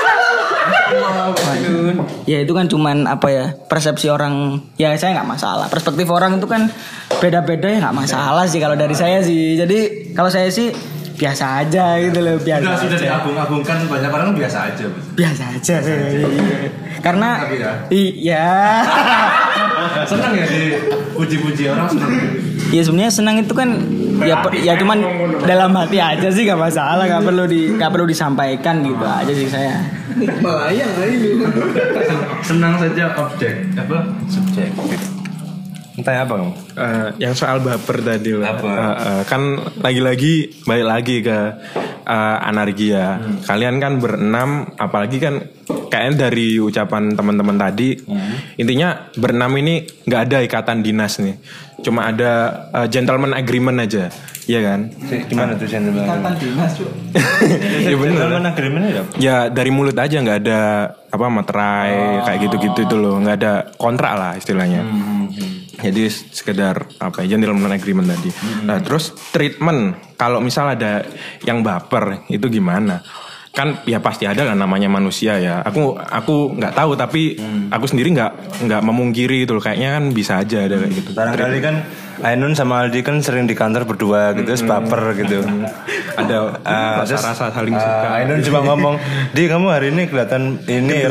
Ya itu kan cuman persepsi orang. Ya saya nggak masalah. Perspektif orang itu kan beda-beda ya, nggak masalah sih kalau dari saya sih. Jadi kalau saya sih biasa aja gitu loh, biasa.
Sudah diagung-agungkan banyak orang biasa aja.
Biasa aja. Karena iya.
Senang ya dipuji-puji orang, senang.
Ya sebenarnya senang itu kan ya cuman dalam hati aja sih, nggak masalah, nggak perlu disampaikan gitu aja sih saya.
Melayang aja.
Senang saja subjek. Entah apa kamu?
Yang soal baper tadi loh. Kan lagi-lagi balik lagi ke anargia. Kalian kan berenam, apalagi kan kayaknya dari ucapan teman-teman tadi, intinya berenam ini nggak ada ikatan dinas nih, cuma ada gentleman agreement aja, iya kan?
Gimana tuh gentleman?
Ikatan dinas tuh.
Ya bener.
Gentleman agreement ya?
Ya dari mulut aja, nggak ada materai kayak gitu-gitu itu loh, nggak ada kontrak lah istilahnya. Jadi sekedar gentleman agreement tadi. Nah terus treatment kalau misal ada yang baper itu gimana? Kan ya pasti ada lah, namanya manusia ya. Aku nggak tahu, tapi aku sendiri nggak memungkiri itu loh. Kayaknya kan bisa aja ada kayak gitu.
Barangkali kan Ainun sama Aldi kan sering di kantor berdua gitu, baper gitu.
Ada rasa-rasa saling suka.
Ainun cuma ngomong, "Di, kamu hari ini kelihatan ini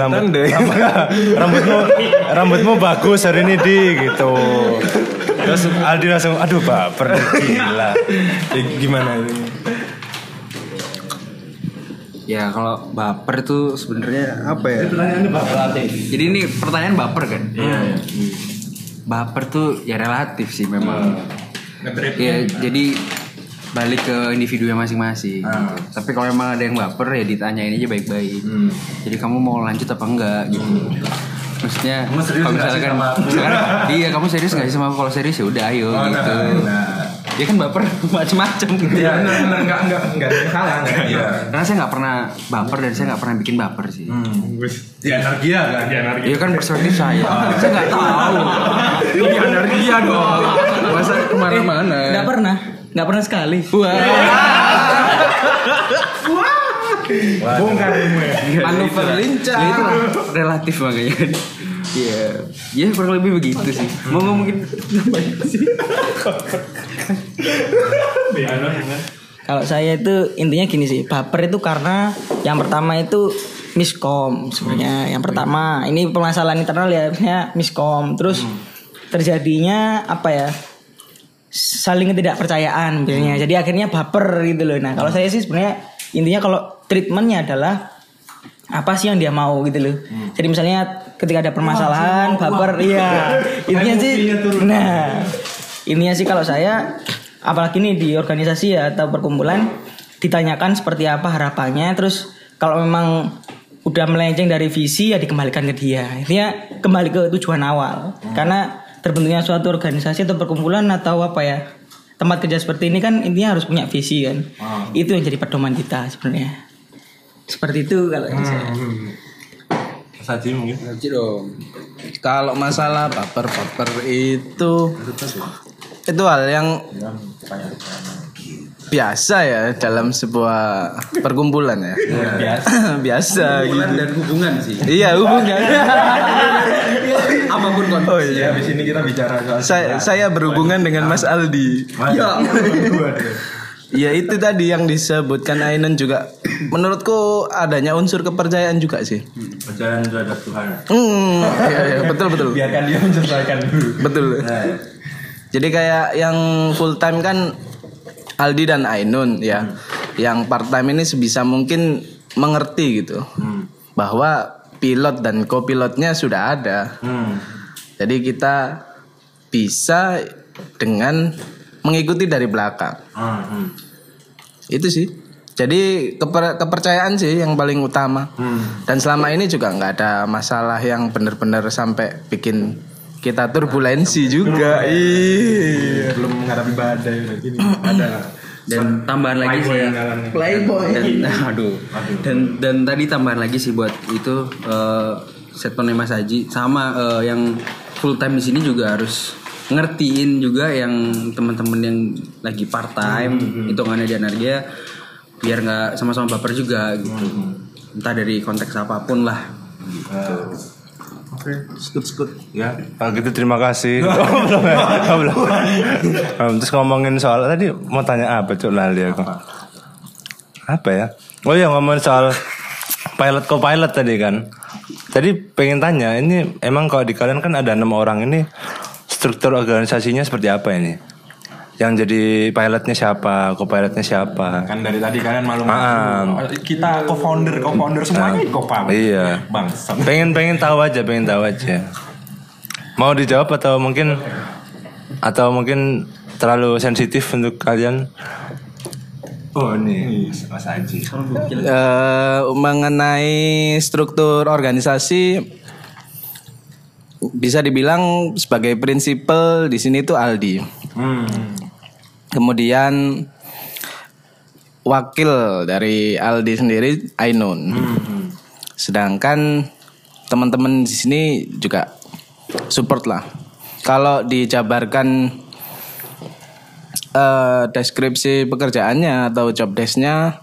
rambutmu bagus hari ini, Di," gitu. Terus Aldi langsung, "Aduh, baper, gila."
Gimana ini?
Ya kalau baper itu sebenarnya apa ya?
Pertanyaannya baper latih.
Jadi ini pertanyaan baper kan? Iya. Baper tuh ya relatif sih memang. Ya jadi balik ke individu yang masing-masing. Gitu. Tapi kalau memang ada yang baper ya ditanyain aja baik-baik. Jadi kamu mau lanjut apa enggak gitu. Maksudnya kalau misalkan iya kamu serius nggak sih sama aku? Kalau serius ya udah ayo gitu. Ya kan baper macam-macam gitu.
Ya benar enggak salah.
Iya. Karena saya nggak pernah baper dan saya nggak pernah bikin baper sih.
Di anargia kan?
Iya kan perspektif saya. Saya nggak tahu. Di anargia dong. Masa kemana-mana?
Nggak pernah sekali.
Bongkar semua.
Manuver lincah. Ya itu relatif makanya. Iya, ya kurang lebih begitu sih. Mau ngomongin apa sih?
Kalau saya itu intinya gini sih, baper itu karena yang pertama itu miskom sebenarnya. Yang pertama ini permasalahan internal ya, misalnya miskom. Terus terjadinya saling ketidakpercayaan misalnya. Jadi akhirnya baper gitu loh. Nah kalau saya sih sebenarnya intinya kalau treatmentnya adalah apa sih yang dia mau gitu loh. Jadi misalnya ketika ada permasalahan baper, iya intinya sih. Nah intinya sih kalau saya, apalagi nih di organisasi ya atau perkumpulan, ditanyakan seperti apa harapannya. Terus kalau memang udah melenceng dari visi ya dikembalikan ke dia. Intinya kembali ke tujuan awal. Karena terbentuknya suatu organisasi atau perkumpulan atau tempat kerja seperti ini kan intinya harus punya visi kan. Itu yang jadi pedoman kita sebenarnya. Seperti itu kalau saya.
Saji mungkin.
Saji dong.
Kalau masalah baper itu hal yang biasa ya dalam sebuah perkumpulan ya. Biasa
Perkumpulan
gitu.
dan hubungan sih.
Iya, hubungan.
Apapun konteksnya.
Oh iya.
Di sini kita bicara soal
Saya berhubungan dengan Mas Aldi. Ya itu tadi yang disebutkan Ainun juga. Menurutku adanya unsur kepercayaan juga sih.
percayaan terhadap Tuhan.
Iya, betul.
Biarkan dia menyesuaikan dulu.
Betul. Jadi kayak yang full time kan Aldi dan Ainun ya. Yang part time ini sebisa mungkin mengerti gitu. Bahwa pilot dan co-pilotnya sudah ada. Jadi kita bisa dengan mengikuti dari belakang. Itu sih. Jadi kepercayaan sih yang paling utama. Dan selama ini juga nggak ada masalah yang benar-benar sampai bikin kita turbulensi juga. Iya.
Belum menghadapi badai ini. Ada.
Dan tambahan lagi sih
Playboy.
Dan tadi tambahan lagi sih buat itu statementnya Mas Haji sama yang full time di sini juga harus ngertiin juga yang teman-teman yang lagi part time hitungannya di Anargia biar nggak sama-sama baper juga gitu. Entah dari konteks apapun lah.
Oke, skut. Ya, kalau gitu terima kasih. Belum. Terus ngomongin soal tadi mau tanya apa tuh lali aku. Apa ya? Oh iya ngomongin soal pilot co-pilot tadi kan. Tadi pengen tanya, ini emang kalau di kalian kan ada 6 orang ini struktur organisasinya seperti apa ini? Yang jadi pilotnya siapa, co-pilotnya siapa?
Kan dari tadi kalian malu kita co-founder semuanya co-founder.
Iya.
Bangsa.
Pengen tahu aja. Mau dijawab atau mungkin terlalu sensitif untuk kalian? Oh ini Mas Haji.
Mengenai struktur organisasi bisa dibilang sebagai prinsipal di sini tuh Aldi. Kemudian wakil dari Aldi sendiri Ainun. Sedangkan teman-teman di sini juga support lah. Kalau dijabarkan deskripsi pekerjaannya atau job desk-nya,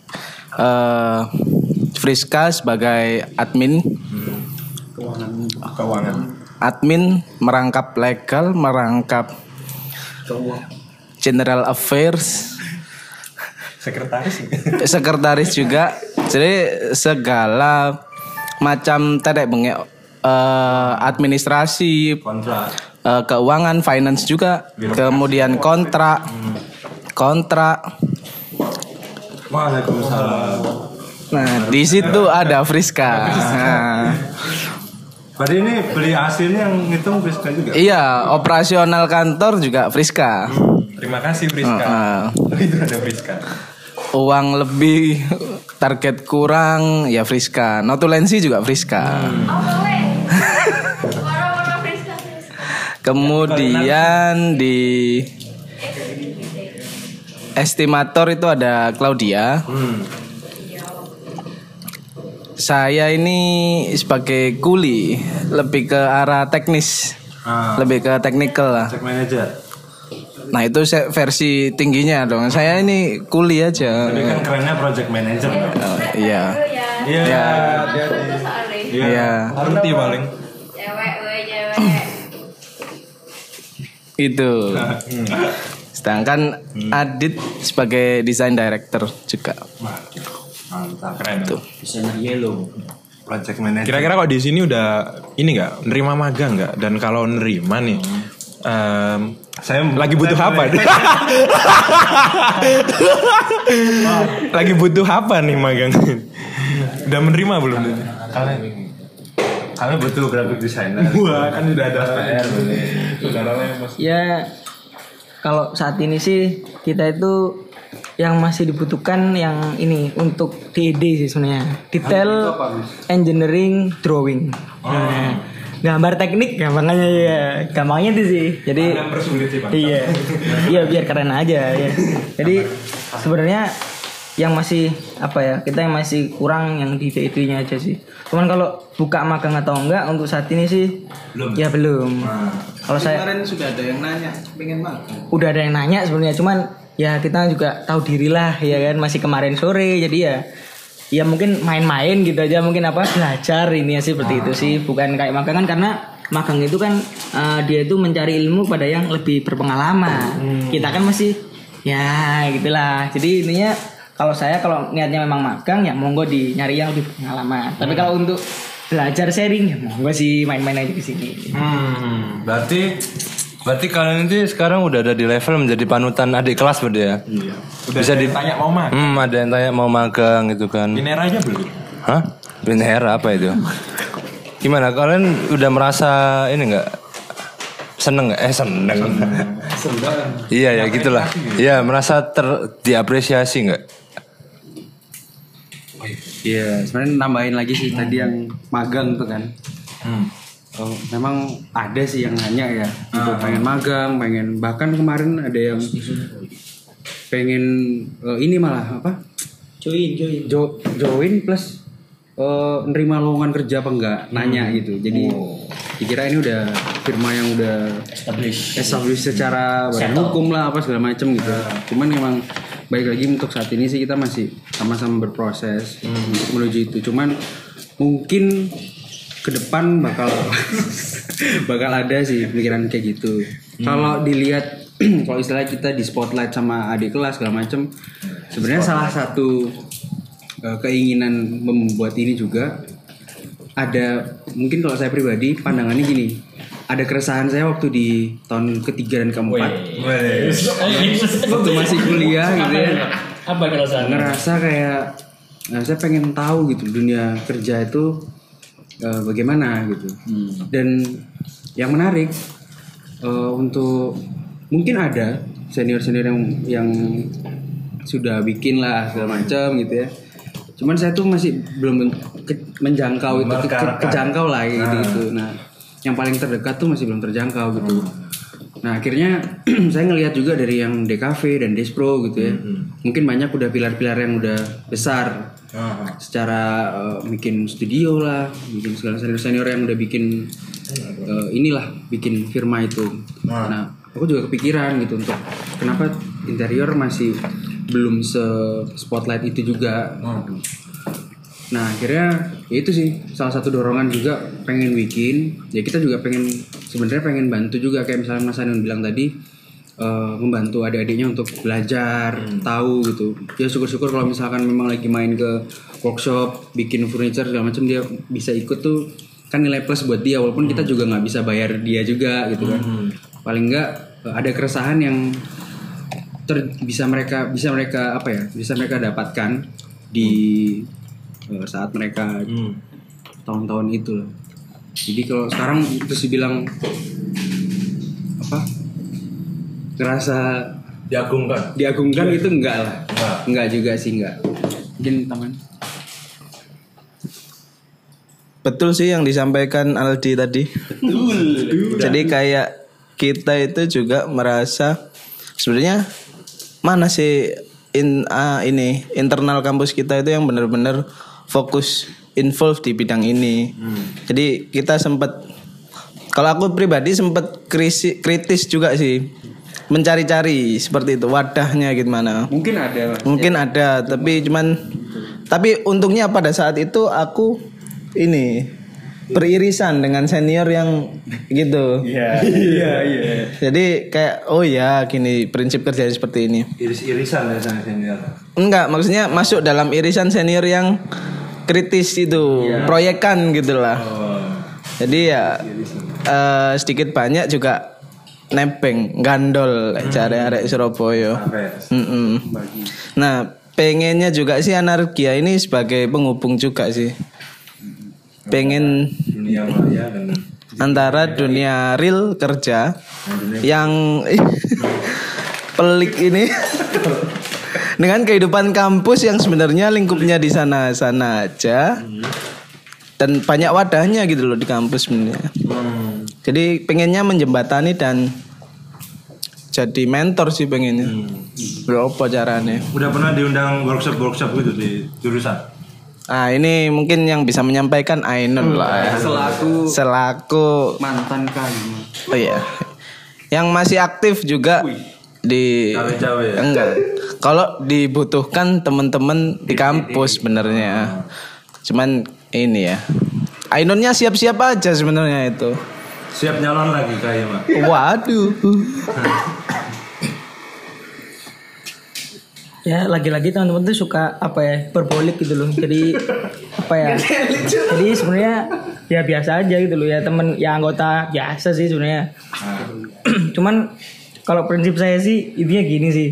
Friska sebagai admin,
Keuangan.
admin merangkap legal, merangkap general affairs, sekretaris juga. Jadi segala macam tadek bengek administrasi, keuangan, finance juga, kemudian kontrak.
Waalaikumsalam.
Nah, di situ ada Friska. Nah,
Berarti ini beli hasilnya yang ngitung Friska juga?
iya, operasional kantor juga Friska.
Terima kasih Friska. Itu ada Friska.
Uang lebih, target kurang, ya Friska. Notulensi juga Friska. Kemudian di estimator itu ada Claudia. Saya ini sebagai kuli, lebih ke arah teknis, lebih ke technical lah.
Project manager.
Nah itu versi tingginya dong. Saya ini kuli aja.
Tapi kan kerennya project manager.
Iya. Iya.
Arti paling.
Cewek.
Itu. Sedangkan Adit sebagai design director juga.
Mantap.
Keren.
Tuh.
desainer yellow.
Project manager.
Kira-kira kok di sini udah ini nggak nerima magang nggak? Dan kalau nerima nih,
saya
lagi butuh apa? Lagi butuh apa nih magang? Udah menerima belum?
Kalian butuh graphic designer.
Wah kan udah ada.
Ya kalau saat ini sih kita itu yang masih dibutuhkan yang ini untuk DED sih sebenarnya, detail engineering drawing. Nah, gambar teknik gampangnya ya, gampangnya itu sih. Jadi iya biar keren aja ya. Jadi sebenarnya yang masih apa ya, kita yang masih kurang yang di DED-nya aja sih. Cuman kalau buka magang atau enggak untuk saat ini sih belum. Kalau saya
Kemarin sudah ada yang nanya pengen magang.
udah ada yang nanya sebenarnya, cuman ya kita juga tahu diri lah ya kan, masih kemarin sore, jadi ya mungkin main-main gitu aja, mungkin apa belajar ini ya sih, seperti itu sih, bukan kayak magang kan, karena magang itu kan dia itu mencari ilmu pada yang lebih berpengalaman. Kita kan masih ya gitulah. Jadi intinya kalau niatnya memang magang ya monggo di nyari yang lebih berpengalaman. Tapi kalau untuk belajar sharing ya monggo sih main-main aja ke sini.
Berarti kalian ini sekarang udah ada di level menjadi panutan adik kelas berarti ya?
Iya. Udah
Bisa
ditanya mau magang.
ada yang tanya mau magang gitu kan?
Binera aja belum?
Hah? Binera apa itu? Gimana? Kalian udah merasa ini nggak seneng nggak? Seneng. Iya ya gitulah. Iya merasa diapresiasi nggak?
Iya, sebenarnya nambahin lagi sih tadi yang magang tuh kan. Oh, memang ada sih yang nanya ya, gitu, pengen magang, pengen bahkan kemarin ada yang pengen ini malah apa? Join plus nerima lowongan kerja apa enggak, nanya gitu. Jadi dikira ini udah firma yang udah established secara hukum lah apa segala macem gitu. Cuman memang baik lagi untuk saat ini sih kita masih sama-sama berproses untuk menuju itu. Cuman mungkin ke depan bakal ada sih pikiran kayak gitu. Kalau dilihat kalau istilah kita di spotlight sama adik kelas segala macem, sebenarnya salah satu keinginan membuat ini juga ada, mungkin kalau saya pribadi pandangannya gini, ada keresahan saya waktu di tahun ketiga dan keempat waktu masih kuliah gitu ya.
Apa keresahan?
Ngerasa kayak saya pengen tahu gitu dunia kerja itu bagaimana gitu. Dan yang menarik untuk mungkin ada senior yang sudah bikin lah segala macam gitu ya. Cuman saya tuh masih belum menjangkau itu kejangkau lah gitu. Nah, yang paling terdekat tuh masih belum terjangkau gitu. Nah, akhirnya saya ngelihat juga dari yang DKV dan Despro gitu ya. Mungkin banyak udah pilar-pilar yang udah besar. Secara bikin studio lah, bikin segala senior yang udah bikin bikin firma itu. Nah, aku juga kepikiran gitu untuk kenapa interior masih belum spotlight itu juga. Nah akhirnya ya itu sih salah satu dorongan juga pengen bikin. Ya kita juga sebenarnya pengen bantu juga kayak misalnya Mas Anun bilang tadi, membantu adik-adiknya untuk belajar, tahu gitu. Ya syukur-syukur kalau misalkan memang lagi main ke workshop, bikin furniture segala macam, dia bisa ikut tuh kan nilai plus buat dia, walaupun kita juga nggak bisa bayar dia juga gitu kan. Paling nggak ada keresahan yang bisa mereka dapatkan di saat mereka tahun-tahun itu loh. Jadi kalau sekarang terus dibilang apa, ngerasa diagungkan itu enggak lah, enggak juga sih, enggak. Mungkin teman.
Betul sih yang disampaikan Aldi tadi. Jadi kayak kita itu juga merasa sebenarnya mana sih internal kampus kita itu yang benar-benar fokus involved di bidang ini. Jadi kita sempat, kalau aku pribadi sempat kritis juga sih, mencari-cari seperti itu wadahnya gimana. Mungkin ada, tapi untungnya pada saat itu aku beririsan dengan senior yang gitu. Iya. Jadi kayak gini prinsip kerja seperti ini.
Iris-irisan ya sama senior.
Enggak, maksudnya masuk dalam irisan senior yang kritis itu, proyekan gitulah. Jadi ya sedikit banyak juga nebeng, gandol cara arek Surabaya. Nah, pengennya juga sih Anargia ini sebagai penghubung juga sih. Pengen
dunia maya dan
antara dunia real kerja yang pelik ini dengan kehidupan kampus yang sebenarnya lingkupnya di sana-sana aja dan banyak wadahnya gitu loh di kampus sebenarnya. Jadi pengennya menjembatani dan jadi mentor sih pengennya. Berapa caranya?
Udah pernah diundang workshop gitu di jurusan?
Ah ini mungkin yang bisa menyampaikan Ainun lah ya. Selaku
mantan kali.
Oh iya. Yang masih aktif juga di
cawe-cawe ya?
Enggak. Kalau dibutuhkan teman-teman di kampus sebenarnya. Cuman ini ya. Ainunnya siap-siap aja sebenarnya itu.
Siap nyalon lagi kayak Mak.
Waduh.
Ya lagi-lagi teman-teman tuh suka berbolik gitu loh. Jadi jadi sebenarnya ya biasa aja gitu loh ya, temen ya anggota biasa sih sebenarnya. Cuman kalau prinsip saya sih intinya gini sih.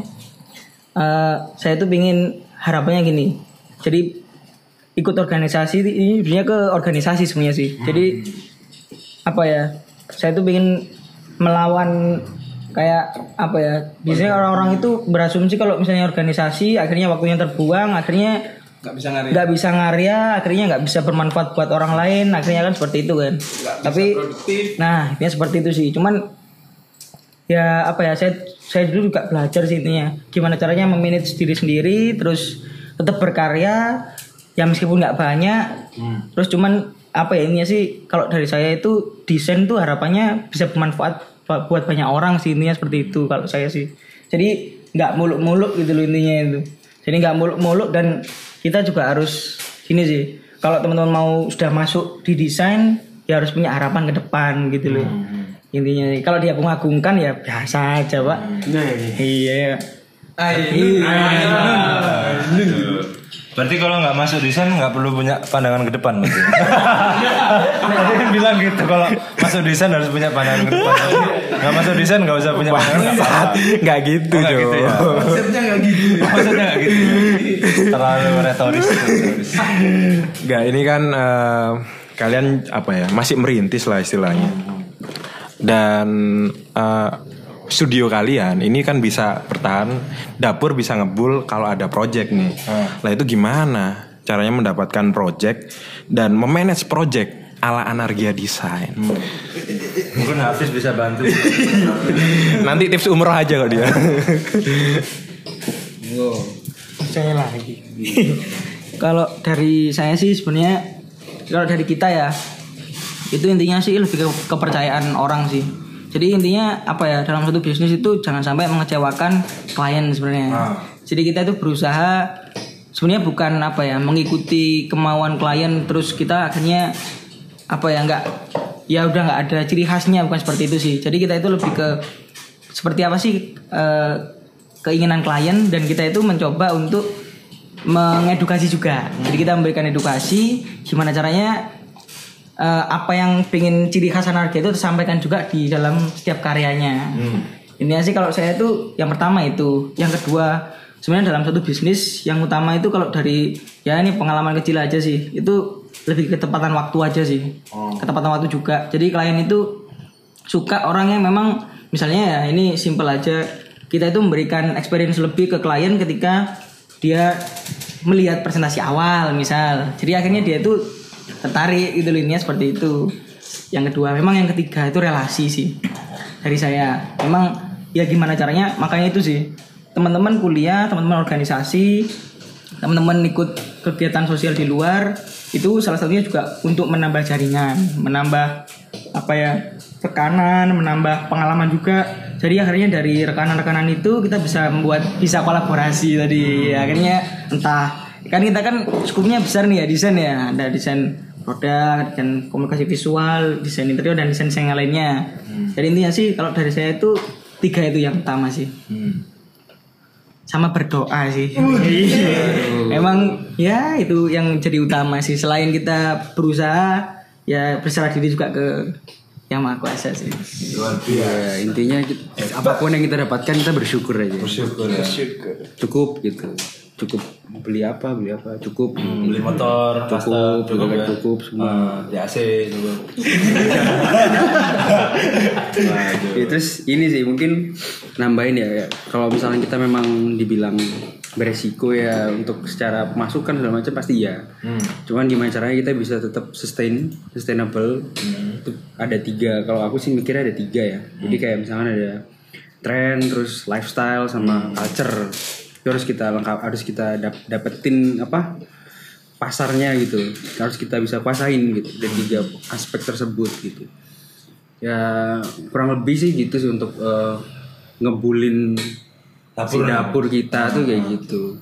Saya tuh pingin harapannya gini. Jadi ikut organisasi ini sebenarnya ke organisasi sebenarnya sih. Jadi saya tuh pingin melawan kayak apa ya? Biasanya orang-orang itu berasumsi kalau misalnya organisasi akhirnya waktunya terbuang, akhirnya nggak bisa ngarya, akhirnya nggak bisa bermanfaat buat orang lain, akhirnya kan seperti itu kan. Tapi nah intinya seperti itu sih. Cuman ya apa ya, saya dulu juga belajar sih intinya gimana caranya memanage diri sendiri, terus tetap berkarya ya meskipun nggak banyak. Terus cuman apa ya, intinya sih kalau dari saya itu desain tuh harapannya bisa bermanfaat buat banyak orang sih, intinya seperti itu kalau saya sih. Jadi nggak muluk-muluk gitu loh intinya itu. Jadi nggak muluk-muluk, dan kita juga harus gini sih, kalau teman-teman mau sudah masuk di desain ya harus punya harapan ke depan gitu loh. Intinya kalau dia mengagungkan ya biasa aja Pak. Iya.
Berarti kalau nggak masuk desain nggak perlu punya pandangan ke depan berarti. Tadi kan bilang gitu, kalau masuk desain harus punya pandangan ke depan. Nggak masuk desain nggak usah punya pandangan.
Nggak gitu, Jo.
Gitu ya. Maksudnya nggak gitu. Terlalu retoris.
Nggak, ini kan kalian apa ya, masih merintis lah istilahnya. Dan studio kalian ini kan bisa bertahan, dapur bisa ngebul kalau ada project nih. Lah itu gimana caranya mendapatkan project dan memanage project ala Anargia Design?
Mungkin Hafiz bisa bantu.
Nanti tips umroh aja kok dia.
Saya lagi. Kalau dari saya sih sebenarnya, kalau dari kita ya, itu intinya sih lebih ke kepercayaan orang sih. Jadi intinya apa ya, dalam satu bisnis itu jangan sampai mengecewakan klien sebenarnya. Jadi kita itu berusaha sebenarnya bukan apa ya, mengikuti kemauan klien terus kita akhirnya apa ya, udah nggak ada ciri khasnya, bukan seperti itu sih. Jadi kita itu lebih ke seperti apa sih keinginan klien, dan kita itu mencoba untuk mengedukasi juga. Jadi kita memberikan edukasi gimana caranya apa yang pengen ciri khas Anargia itu tersampaikan juga di dalam setiap karyanya. Intinya sih kalau saya itu yang pertama itu, yang kedua sebenarnya dalam satu bisnis yang utama itu kalau dari ya ini pengalaman kecil aja sih, itu lebih ketepatan waktu aja sih. Ketepatan waktu juga. Jadi klien itu suka orang yang memang misalnya ya ini simple aja, kita itu memberikan experience lebih ke klien ketika dia melihat presentasi awal misal. Jadi akhirnya dia itu tertarik gitu linnya seperti itu. Yang kedua, memang yang ketiga itu relasi sih dari saya. Memang ya gimana caranya, makanya itu sih teman-teman kuliah, teman-teman organisasi, teman-teman ikut kegiatan sosial di luar, itu salah satunya juga untuk menambah jaringan, menambah apa ya, tekanan, menambah pengalaman juga. Jadi akhirnya dari rekanan-rekanan itu kita bisa kolaborasi tadi. Akhirnya entah kan kita kan skupnya besar nih ya, desain ya, ada desain produk, desain komunikasi visual, desain interior, dan desain yang lainnya. Jadi intinya sih kalau dari saya itu 3 itu yang utama sih. Sama berdoa sih. Memang ya itu yang jadi utama sih. Selain kita berusaha ya berserah diri juga ke Yang Maha Kuasa sih.
Ya, intinya apapun yang kita dapatkan kita bersyukur aja.
Bersyukur.
Cukup gitu. Cukup beli apa cukup,
beli motor
cukup semua
di AC juga.
Terus ini sih mungkin nambahin ya, kalau misalnya kita memang dibilang beresiko ya untuk secara pemasukan segala macam pasti ya. Cuman gimana caranya kita bisa tetap sustainable. Itu ada 3, kalau aku sih mikirnya ada 3 ya. Jadi kayak misalnya ada tren, terus lifestyle sama culture. Itu harus kita dapetin apa pasarnya gitu, harus kita bisa kuasain gitu dari 3 aspek tersebut gitu ya. Kurang lebih sih gitu sih untuk ngebulin dapur kita tuh kayak gitu.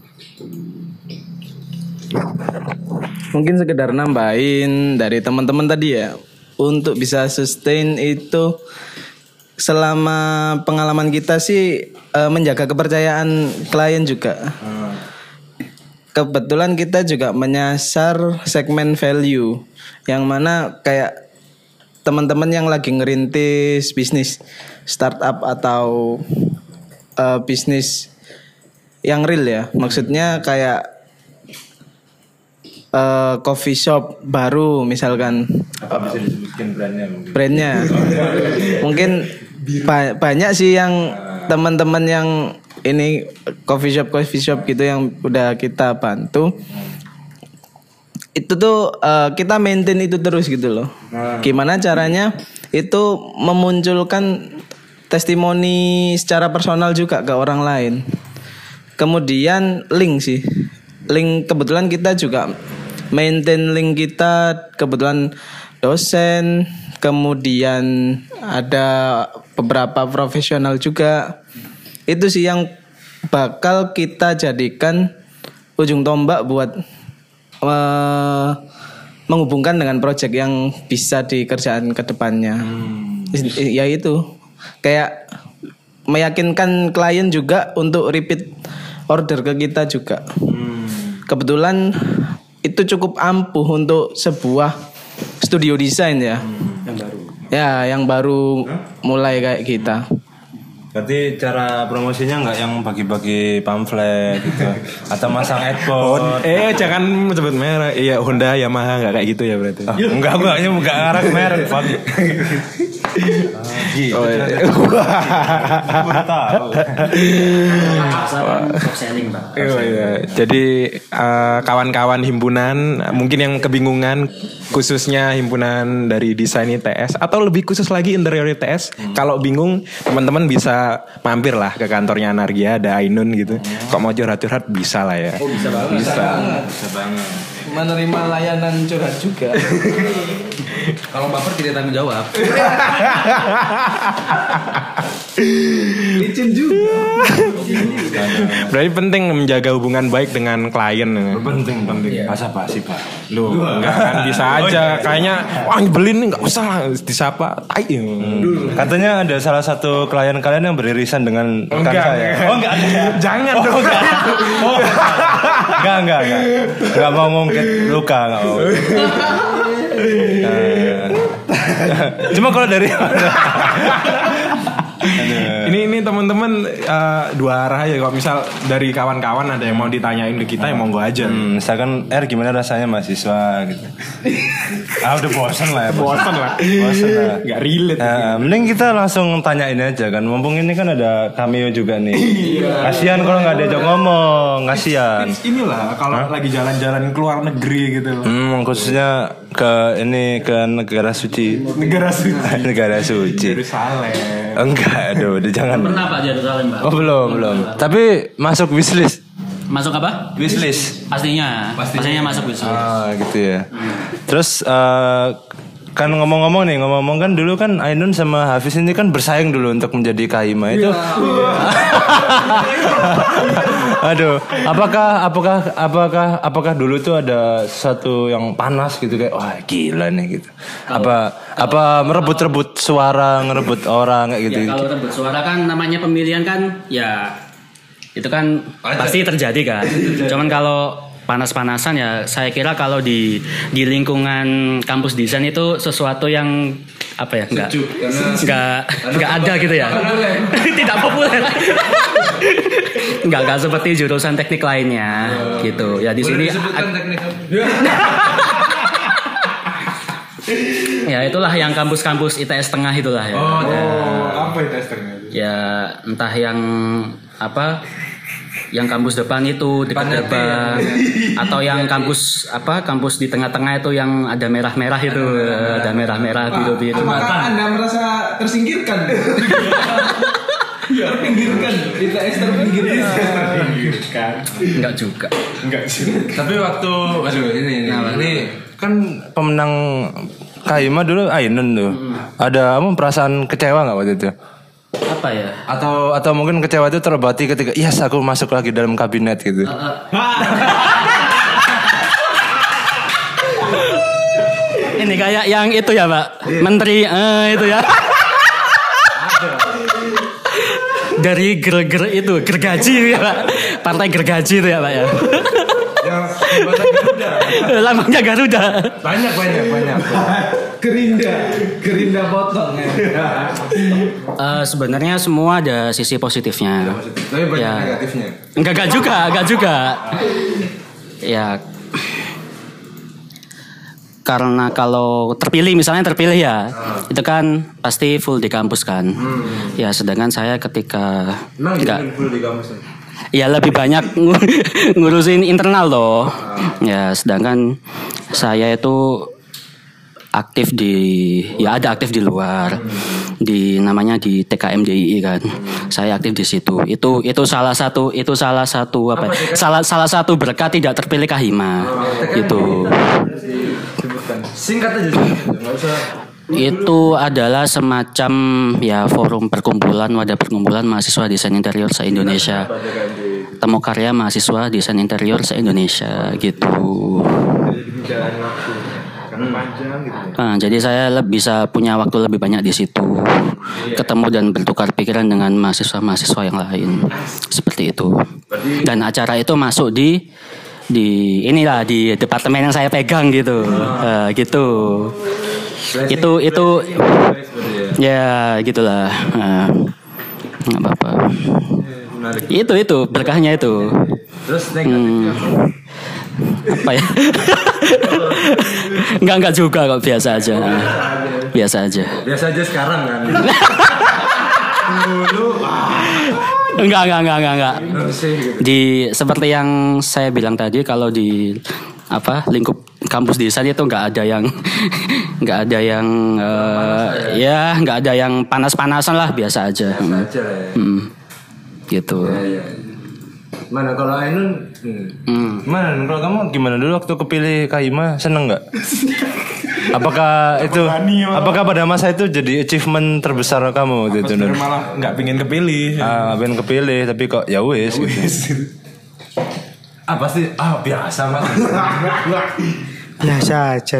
Mungkin sekedar nambahin dari teman-teman tadi ya, untuk bisa sustain itu selama pengalaman kita sih menjaga kepercayaan klien juga. Kebetulan kita juga menyasar segmen value, yang mana kayak teman-teman yang lagi ngerintis bisnis startup atau bisnis yang real ya. Maksudnya kayak coffee shop baru misalkan.
Apa bisa disebutkan brandnya?
Brandnya mungkin banyak sih yang teman-teman yang ini coffee shop gitu yang udah kita bantu. Itu tuh kita maintain itu terus gitu loh. Gimana caranya itu memunculkan testimoni secara personal juga ke orang lain. Kemudian link sih. Link kebetulan kita juga maintain link kita, kebetulan dosen, kemudian ada beberapa profesional juga. Itu sih yang bakal kita jadikan ujung tombak buat menghubungkan dengan project yang bisa dikerjakan ke depannya. Ya itu. Kayak meyakinkan klien juga untuk repeat order ke kita juga. Kebetulan itu cukup ampuh untuk sebuah studio desain ya.
Yang baru.
Ya, yang baru mulai kayak kita.
Berarti cara promosinya nggak yang bagi-bagi pamflet gitu atau masang adboard?
Jangan sebut merek. Iya, Honda, Yamaha nggak kayak gitu ya berarti.
Enggak ngarang merek, Pak. Gitu. Tahu.
Selling, Pak.
Iya. Jadi kawan-kawan himpunan mungkin yang kebingungan, khususnya himpunan dari desain ITS atau lebih khusus lagi interior ITS, kalau bingung teman-teman bisa mampir lah ke kantornya Anargia, ada Ainun gitu. Kok mau curhat-curhat bisa lah ya.
Bisa banget.
Bisa banget.
Menerima layanan curhat juga.
Kalau baper tidak tanggung jawab.
Licin juga.
Berarti penting menjaga hubungan baik dengan klien.
Penting. Masa basi, Pak.
Loh, enggak kan bisa aja. Kayaknya wah nyebelin nih, enggak usah lah disapa. Tai.
Katanya ada salah satu klien kalian yang beririsan dengan rekan saya. Oh enggak.
Jangan dong.
Enggak. Enggak mau ngungkit luka, enggak mau. Cuma kalau dari
ini teman-teman dua arah ya. Kalau misal dari kawan-kawan ada yang mau ditanyain ke kita, ya monggo aja.
Misalkan gimana rasanya mahasiswa gitu. Udah bosan lah.
Bosan lah. Gak relate.
Mending kita langsung tanya ini aja kan. Mumpung ini kan ada cameo juga nih. Kasihan kalau nggak diajak ngomong, kasihan.
Inilah kalau lagi jalan-jalan keluar negeri gitu.
Khususnya ke negara suci. Negara suci.
Yerusalem.
Enggak, aduh, jangan.
Pernah Pak Yerusalem, Pak?
Oh belum. Tapi masuk wishlist.
Masuk apa?
Wishlist.
Pastinya masuk wishlist.
Gitu ya. Terus kan ngomong-ngomong kan dulu kan Ainun sama Hafiz ini kan bersaing dulu untuk menjadi Kaima itu. Aduh, apakah dulu tuh ada sesuatu yang panas gitu kayak wah gila nih gitu. Apa merebut suara, ngerebut orang kayak gitu.
Ya, kalau rebut suara kan namanya pemilihan kan ya itu kan pasti terjadi kan. Cuman kalau panas-panasan ya saya kira kalau di lingkungan kampus desain itu sesuatu yang apa ya nggak ada gitu ya. Tidak populer. Nggak seperti jurusan teknik lainnya gitu ya. Di sini ya itulah yang kampus-kampus ITS Tengah itulah ya.
Apa ITS Tengah?
Ya entah yang apa, yang kampus depan itu dekat gerbang, atau yang kampus di tengah-tengah itu yang ada merah-merah itu, ada merah-merah biru-biru.
Apakah Anda merasa tersingkirkan? Terpinggirkan, ITS terpinggirkan.
Enggak juga.
Tapi waktu ini kan pemenang Kaima dulu Ainun tuh. Ada perasaan kecewa nggak waktu itu?
Apa ya?
Atau mungkin kecewa itu terobati ketika yes aku masuk lagi dalam kabinet gitu.
Ini kayak yang itu ya Pak, menteri itu ya. Dari gergaji ya Pak, partai gergaji itu ya Pak ya. Lambangnya Garuda.
Banyak.
Gerinda potong ya.
Sebenarnya semua ada sisi positifnya.
Tapi banyak
ya.
negatifnya.
Enggak juga. Ya
karena kalau misalnya terpilih ya, itu kan pasti full di kampus kan. Ya sedangkan saya ketika nggak
full di kampus.
Ya lebih banyak ngurusin internal loh. Ya sedangkan saya itu aktif ada aktif di luar, namanya di TKMDII kan. Saya aktif di situ. Itu salah satu salah satu berkat tidak terpilih Kahima. Gitu.
Singkat aja, nggak usah.
Itu adalah semacam ya forum wadah perkumpulan mahasiswa desain interior se-Indonesia. Temu karya mahasiswa desain interior se-Indonesia gitu. Jadi saya bisa punya waktu lebih banyak di situ, ketemu dan bertukar pikiran dengan mahasiswa yang lain, seperti itu. Dan acara itu masuk di departemen yang saya pegang gitu, gitu. Itu ya gitulah, nggak apa-apa. Itu berkahnya itu.
Terus negatifnya
apa ya? Enggak juga kok, biasa aja. Biasa aja
sekarang kan. Dulu
enggak. Seperti yang saya bilang tadi, kalau di lingkup kampus desain itu nggak ada yang panas-panasan lah, biasa aja. Gitu.
Ya. Mana kalau Ainun? Mana kalau kamu gimana dulu waktu kepilih Kahima, seneng nggak? Apakah pada masa itu jadi achievement terbesar kamu waktu itu?
Malah nggak pengen kepilih.
Pengen kepilih tapi kok ya wis gitu. Apa sih? Biasa mas.
Biasa aja.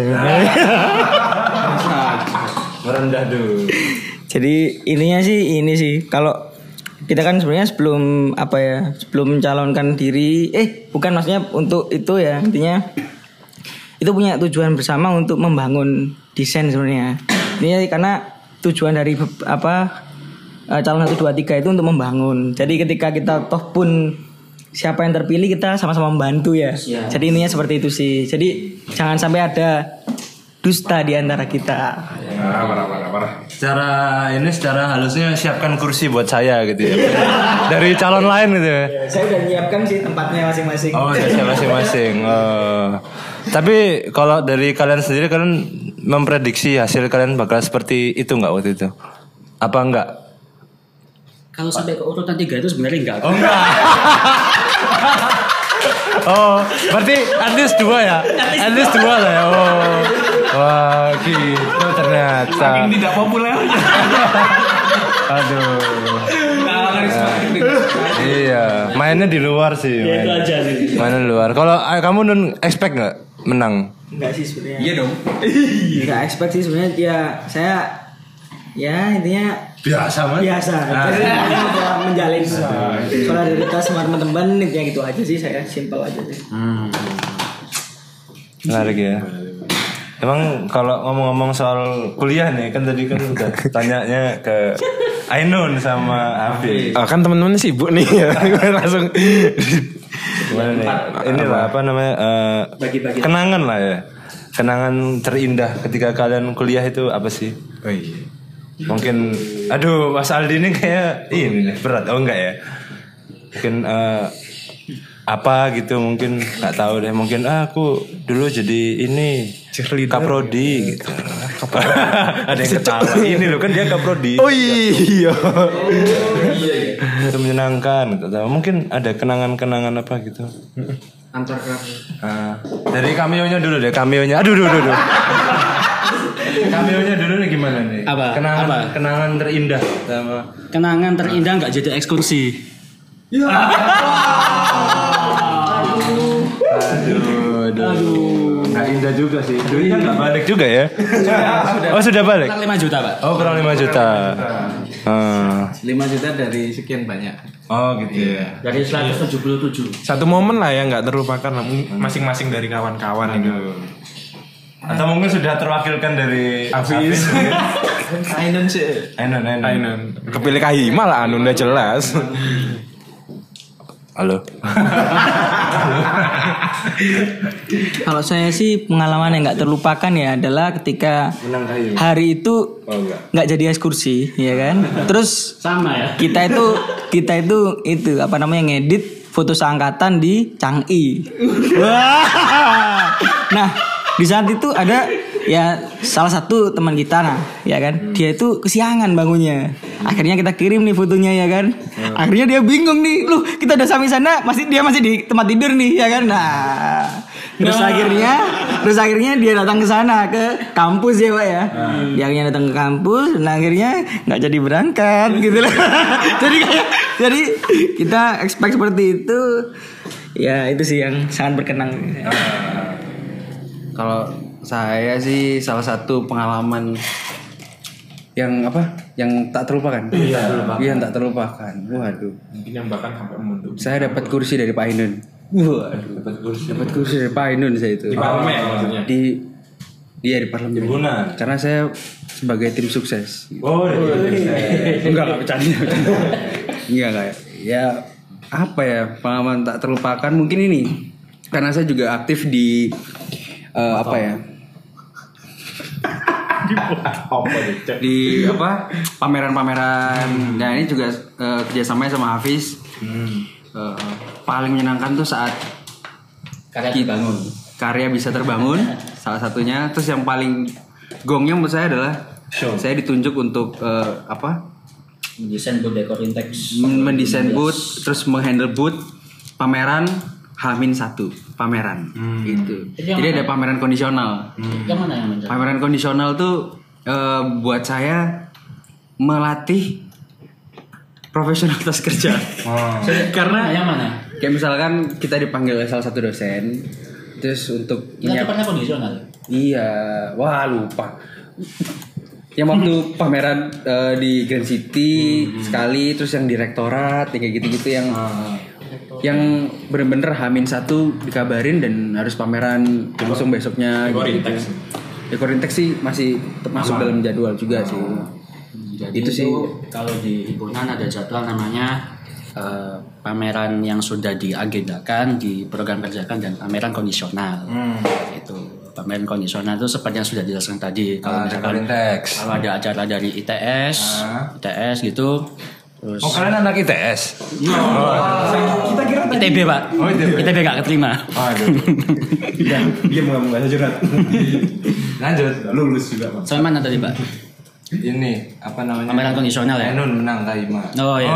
Merendah dulu.
Jadi ini sih kalau kita kan sebenarnya sebelum mencalonkan diri, bukan, maksudnya untuk itu ya, intinya itu punya tujuan bersama untuk membangun desain sebenarnya. Ini karena tujuan dari calon 1, 2, 3 itu untuk membangun. Jadi ketika kita toh pun siapa yang terpilih, kita sama-sama membantu ya. Jadi intinya seperti itu sih. Jadi jangan sampai ada dusta di antara kita.
Parah. Secara halusnya siapkan kursi buat saya gitu ya. Dari calon lain gitu ya.
Saya udah nyiapkan sih tempatnya masing-masing.
Saya masing-masing. Tapi kalau dari kalian sendiri, kalian memprediksi hasil kalian bakal seperti itu nggak waktu itu? Apa enggak?
Kalau sampai ke urutan 3 itu sebenarnya enggak.
Berarti at least 2 ya? At least 2 lah ya. Wah, gitu ternyata.
Saking tidak populer.
Aduh. Iya, mainnya di luar sih.
Ya itu aja sih.
Mainnya di luar. Kalau kamu expect nggak menang?
Enggak sih sebenarnya.
Iya dong.
Enggak expect sih sebenarnya, ya saya intinya
biasa.
Jadi udah menjalin solidaritas sama teman-teman, intinya gitu aja sih, saya simpel aja sih.
Menarik ya. Emang kalau ngomong-ngomong soal kuliah nih, kan tadi kan udah tanyanya ke Ainun sama Afif.
Kan teman-teman sibuk nih ya. Langsung
gimana nih? Inilah apa namanya? Kenangan lah ya. Kenangan terindah ketika kalian kuliah itu apa sih?
Oh iya.
Mungkin Mas Aldi ini kayak ini nih, berat. Oh enggak ya? Mungkin apa gitu, mungkin nggak tahu deh, mungkin aku dulu jadi ini kaprodi gitu. Ada yang ketawa ini loh, kan dia kaprodi.
Oh iya.
Itu menyenangkan gitu. Mungkin ada kenangan apa gitu
Antar
dari cameo-nya dulu deh, cameo-nya. Aduh. Cameo-nya dulu nih gimana nih? Kenangan terindah sama.
Kenangan terindah nggak jadi ekskursi.
Aduh. Nggak indah juga sih. Duitnya nggak balik juga ya? Sudah balik.
Kurang 5 juta, Pak.
Kurang 5 juta.
5 juta dari sekian banyak.
Gitu ya.
Dari 177.
Satu momen lah ya nggak terlupakan masing-masing dari kawan-kawan itu.
Atau mungkin sudah terwakilkan dari
Hafiz.
Ainun sih.
Ainun.
Kepilih Kahima lah, Anu udah jelas.
Halo.
Kalau saya sih pengalaman yang nggak terlupakan ya adalah ketika hari itu nggak jadi ekskursi, ya kan? Terus
Sama ya.
kita itu apa namanya ngedit foto seangkatan di Changi. Wah. Nah di saat itu ada ya salah satu teman kita ya kan, dia itu kesiangan bangunnya. Akhirnya kita kirim nih fotonya ya kan. Akhirnya dia bingung nih, loh kita udah sampai sana dia masih di tempat tidur nih ya kan. Terus akhirnya dia datang ke sana ke kampus ya Pak ya. Dia akhirnya datang ke kampus, nah akhirnya nggak jadi berangkat gitu lah. jadi kita expect seperti itu. Ya itu sih yang sangat berkenang.
Kalau saya sih salah satu pengalaman yang tak terlupakan. Yang tak terlupakan. Waduh.
Mungkin yang bahkan sampai membentuk.
Saya dapat kursi dari Pak Ainun. Waduh, dapat kursi dari Pak Ainun saya itu.
Di parlemen maksudnya.
Di parlemen. Karena saya sebagai tim sukses.
Oh,
Enggak bercanda. Enggak. Ya apa ya, pengalaman tak terlupakan mungkin ini. Karena saya juga aktif di di pameran-pameran. Nah ini juga kerjasamanya sama Hafiz. Paling menyenangkan tuh saat karya bisa terbangun salah satunya. Terus yang paling gongnya menurut saya adalah saya ditunjuk untuk
Mendesain booth dekor Intex.
mendesain booth, terus menghandle booth pameran H-1 pameran gitu. Jadi ada pameran kondisional.
Yang mana yang mencari?
Pameran kondisional tuh buat saya melatih profesionalitas kerja. Karena
yang mana?
kayak misalkan kita dipanggil oleh salah satu dosen, terus untuk
Yang depannya kondisional.
Iya, wah lupa. Yang waktu pameran di Grand City sekali, terus yang direktorat, kayak gitu-gitu yang bener-bener H-1 dikabarin dan harus pameran langsung besoknya gitu. Dekor Intex sih masih masuk dalam jadwal juga sih.
Jadi
Itu sih.
Kalau di himpunan ada jadwal namanya pameran yang sudah diagendakan, diprogramkerjakan, dan pameran kondisional. Itu pameran kondisional itu seperti yang sudah dijelaskan tadi. Kalau misalkan kalau ada acara dari ITS gitu. Terus
kalian anak ITS?
Kita kira
ITB Pak. ITB gak keterima.
Dia mau bahasa curhat.
Lanjut.
Lulus juga Pak.
Sampai mana tadi Pak?
Ini apa namanya?
Pameran kondisional ya?
Ainun menang Kaima.
Oh iya.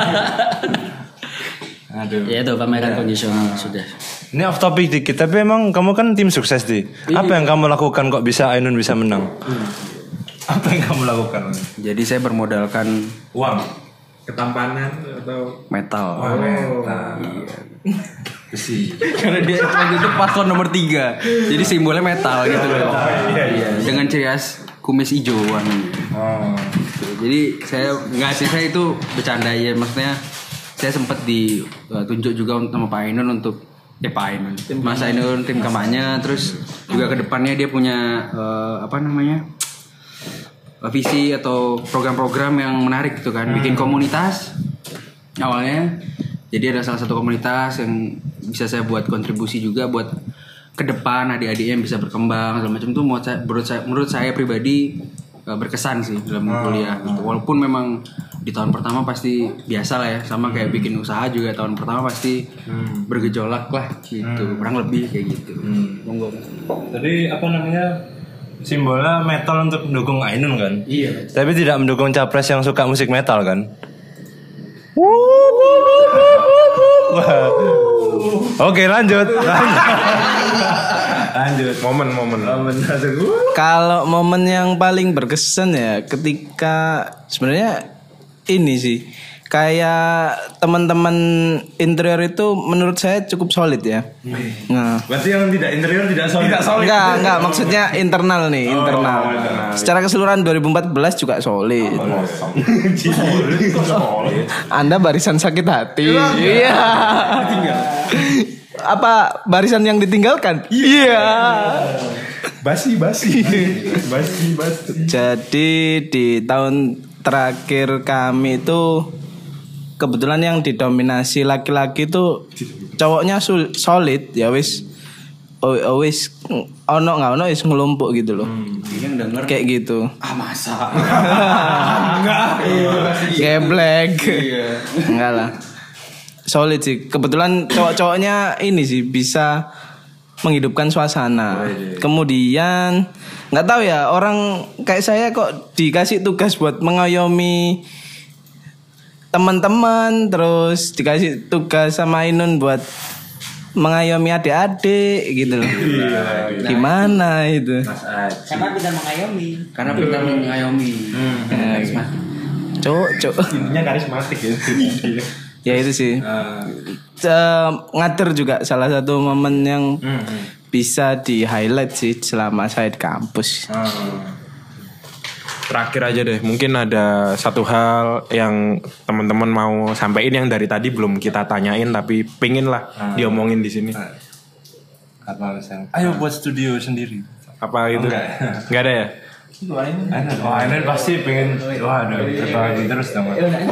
Aduh.
Ya itu pameran kondisional sudah.
Ini off topic dikit, tapi emang kamu kan tim sukses di. Apa yang kamu lakukan kok bisa Ainun bisa menang? Apa yang kamu lakukan?
Jadi saya bermodalkan
Uang, ketampanan atau
metal.
Metal.
Besi. Karena dia waktu itu paslon nomor 3. Jadi simbolnya metal gitu loh. Iya. Dengan ciri khas kumis hijau warnanya. Jadi saya itu bercanda ya, maksudnya saya sempat ditunjuk juga sama Pak Ainun untuk Pak Ainun, Mas Ainun tim kampanye. Terus juga kedepannya dia punya visi atau program-program yang menarik gitu kan, bikin komunitas awalnya. Jadi ada salah satu komunitas yang bisa saya buat kontribusi juga buat ke depan adik-adiknya yang bisa berkembang segala macam. Itu menurut saya pribadi berkesan sih dalam kuliah gitu. Walaupun memang di tahun pertama pasti biasa lah ya, sama kayak bikin usaha juga tahun pertama pasti bergejolak lah gitu, kurang lebih kayak gitu. Monggo.
Tadi apa namanya? Simbolnya metal untuk mendukung Ainun kan?
Iya.
Tapi tidak mendukung capres yang suka musik metal kan? Oke lanjut. Lanjut.
momen-momen.
Kalau momen yang paling berkesan ya ketika sebenarnya ini sih kayak teman-teman interior itu menurut saya cukup solid ya. Nah,
Berarti yang tidak interior tidak solid.
enggak maksudnya internal nih, internal. Secara keseluruhan 2014 juga solid. Anda barisan sakit hati. Iya. Apa barisan yang ditinggalkan? Iya.
Basi.
Jadi di tahun terakhir kami itu kebetulan yang didominasi laki-laki itu cowoknya solid ya wis ono wis ngelumpuk gitu loh.
Yang denger
Kayak gitu.
masa.
Geblek. Enggak lah. Solid sih. Kebetulan cowok-cowoknya ini sih bisa menghidupkan suasana. Kemudian nggak tahu ya, orang kayak saya kok dikasih tugas buat mengayomi teman-teman, terus dikasih tugas sama Ainun buat mengayomi adik-adik gitu loh. Gimana itu?
Karena kita mengayomi.
Karena kita mengayomi.
Cok.
Intinya karismatik ya.
Ya itu sih. Ngatur juga salah satu momen yang bisa di highlight sih selama saya di kampus.
Terakhir aja deh, mungkin ada satu hal yang teman-teman mau sampaikan yang dari tadi belum kita tanyain tapi pingin lah diomongin di sini.
Apa misalnya? Ayo buat studio sendiri.
Apa gitu? Nggak ada ya?
Ini pasti pengen. Waduh, ketawa terus dong.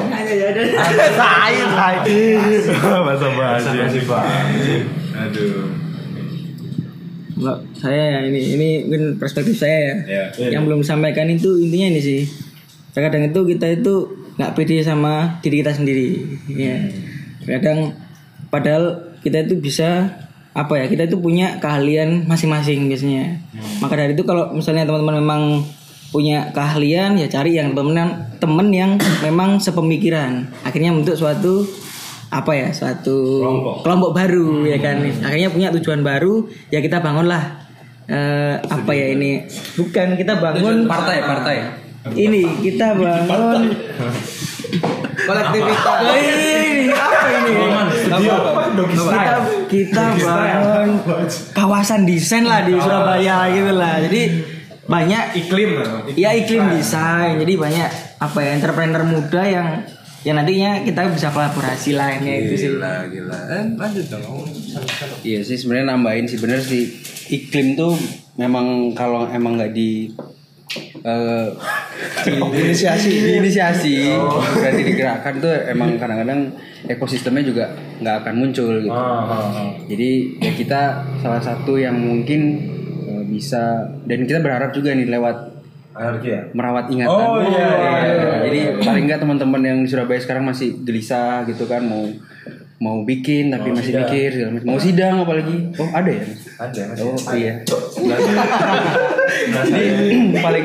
Bahasa basi Pak. Aduh.
Enggak, saya ini mungkin perspektif saya ya. Yang belum disampaikan itu intinya ini sih. Terkadang itu kita itu nggak pede sama diri kita sendiri. Ya. Kadang padahal kita itu bisa kita itu punya keahlian masing-masing biasanya. Maka dari itu kalau misalnya teman-teman memang punya keahlian, ya cari yang teman yang memang sepemikiran. Akhirnya membentuk suatu kelompok baru ya kan. Akhirnya punya tujuan baru, ya kita bangunlah bukan kita bangun
Partai.
Ini kita bangun kolektivitas. Kita bangun kawasan desain lah di Surabaya gitu lah. Jadi banyak iklim desain. Jadi banyak entrepreneur muda yang nantinya kita bisa kolaborasi lainnya itu sih.
Gila. Lanjut dong.
Iya sih, sebenarnya nambahin sih, bener sih, iklim tuh memang kalau emang nggak inisiasi berarti digerakkan tuh emang kadang-kadang ekosistemnya juga nggak akan muncul gitu. Jadi ya kita salah satu yang mungkin bisa, dan kita berharap juga nih lewat merawat ingatan. Jadi paling nggak teman-teman yang di Surabaya sekarang masih gelisah gitu kan, mau bikin tapi masih mikir segala macam. Mau sidang apalagi. Oh ada ya?
Ada.
Oh iya. Jadi paling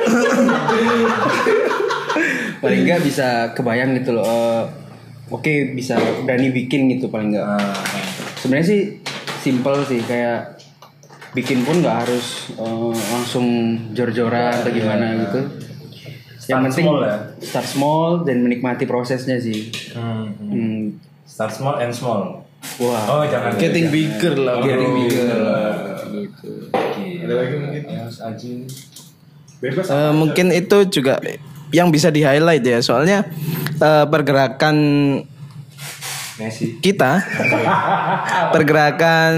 enggak bisa kebayang gitu loh. Oke, bisa berani bikin gitu paling enggak. Sebenarnya sih simple sih, kayak bikin pun nggak harus langsung jor-joran atau gimana gitu. Yang penting start small dan menikmati prosesnya sih.
Start small and small.
Wah.
Oh jangan.
Getting bigger lah.
Getting bigger.
Gitu. Ada lagi mungkin Mas Aji.
Mungkin itu juga yang bisa di highlight ya, soalnya pergerakan
Messi.
kita pergerakan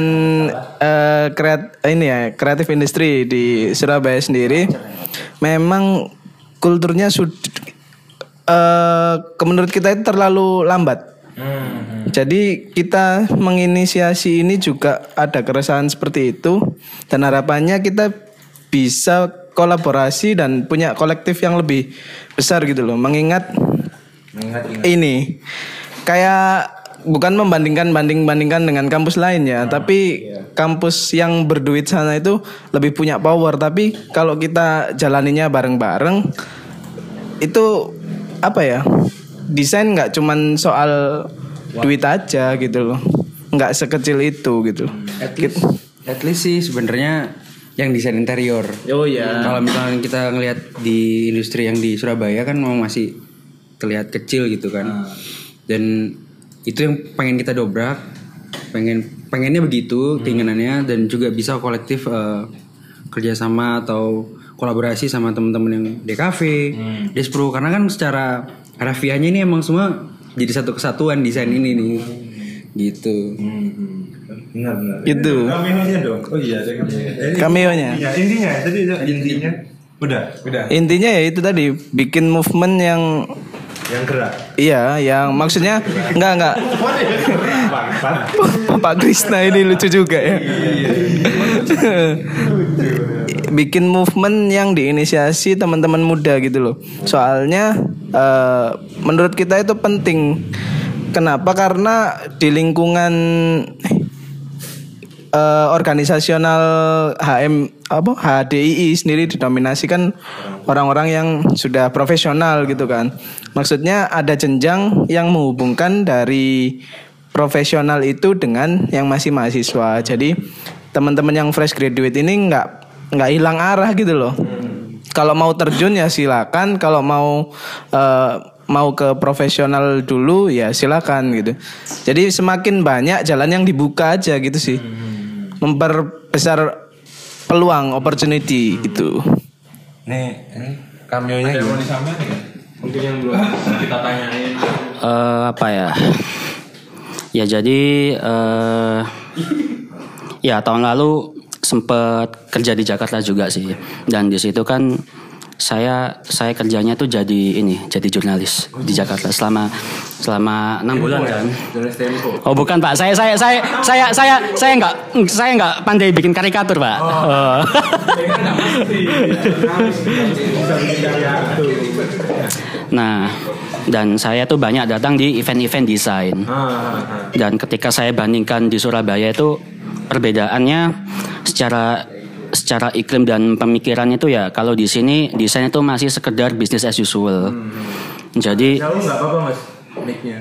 kreatif industri di Surabaya sendiri memang kulturnya menurut kita itu terlalu lambat. Jadi kita menginisiasi ini juga ada keresahan seperti itu, dan harapannya kita bisa kolaborasi dan punya kolektif yang lebih besar gitu loh. Mengingat ini kayak bukan membandingkan dengan kampus lain ya, tapi kampus yang berduit sana itu lebih punya power. Tapi kalau kita jalaninya bareng-bareng itu desain nggak cuman soal duit aja gitu loh, nggak sekecil itu gitu.
At least sih sebenarnya yang desain interior.
Oh ya.
Kalau misalnya kita ngelihat di industri yang di Surabaya kan memang masih terlihat kecil gitu kan. Dan itu yang pengen kita dobrak, pengennya begitu keinginannya, dan juga bisa kolektif kerjasama atau kolaborasi sama teman-teman yang DKV, Despro, karena kan secara harafiahnya ini emang semua jadi satu kesatuan desain ini nih, gitu.
Benar.
Itu.
Cameo-nya dong. Oh iya,
Cameo-nya.
Intinya tadi intinya. Udah.
Intinya ya itu tadi, bikin movement yang
gerak.
Iya, yang maksudnya enggak. Pak Krisna ini lucu juga ya. Bikin movement yang diinisiasi teman-teman muda gitu loh. Soalnya menurut kita itu penting. Kenapa? Karena di lingkungan organisasional HDII sendiri didominasikan orang-orang yang sudah profesional gitu kan. Maksudnya ada jenjang yang menghubungkan dari profesional itu dengan yang masih mahasiswa. Jadi teman-teman yang fresh graduate ini nggak hilang arah gitu loh. Kalau mau terjun ya silakan. Kalau mau ke profesional dulu ya silakan gitu. Jadi semakin banyak jalan yang dibuka aja gitu sih. Memperbesar peluang opportunity gitu.
Nih, cameo-nya gimana?
Mungkin yang belum kita tanyain.
Apa ya? Ya jadi ya tahun lalu sempat kerja di Jakarta juga sih. Dan di situ kan saya kerjanya tuh jadi jurnalis di Jakarta selama 6 bulan kan. Oh bukan Pak, saya nggak pandai bikin karikatur Pak. Nah, dan saya tuh banyak datang di event-event desain. Dan ketika saya bandingkan di Surabaya itu perbedaannya secara iklim dan pemikiran itu ya kalau di sini desain itu masih sekedar business as usual. Jadi
jauh nggak apa-apa Mas mic-nya.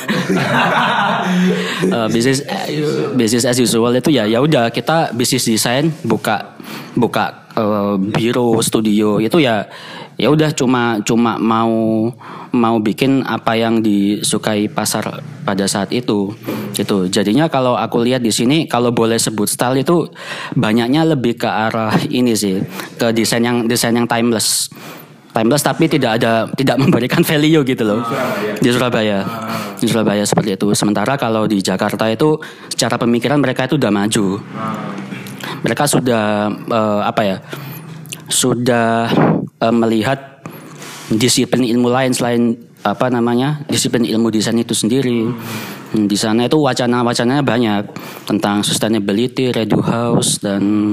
Business as usual itu ya udah kita bisnis desain buka biro studio itu ya udah cuma mau bikin apa yang disukai pasar pada saat itu gitu. Jadinya kalau aku lihat di sini kalau boleh sebut style itu banyaknya lebih ke arah ini sih, ke desain yang timeless tapi tidak memberikan value gitu loh. Di Surabaya seperti itu. Sementara kalau di Jakarta itu secara pemikiran mereka itu udah maju. Mereka sudah melihat disiplin ilmu lain selain disiplin ilmu desain itu sendiri. Di sana itu wacana-wacananya banyak tentang sustainability, redo house dan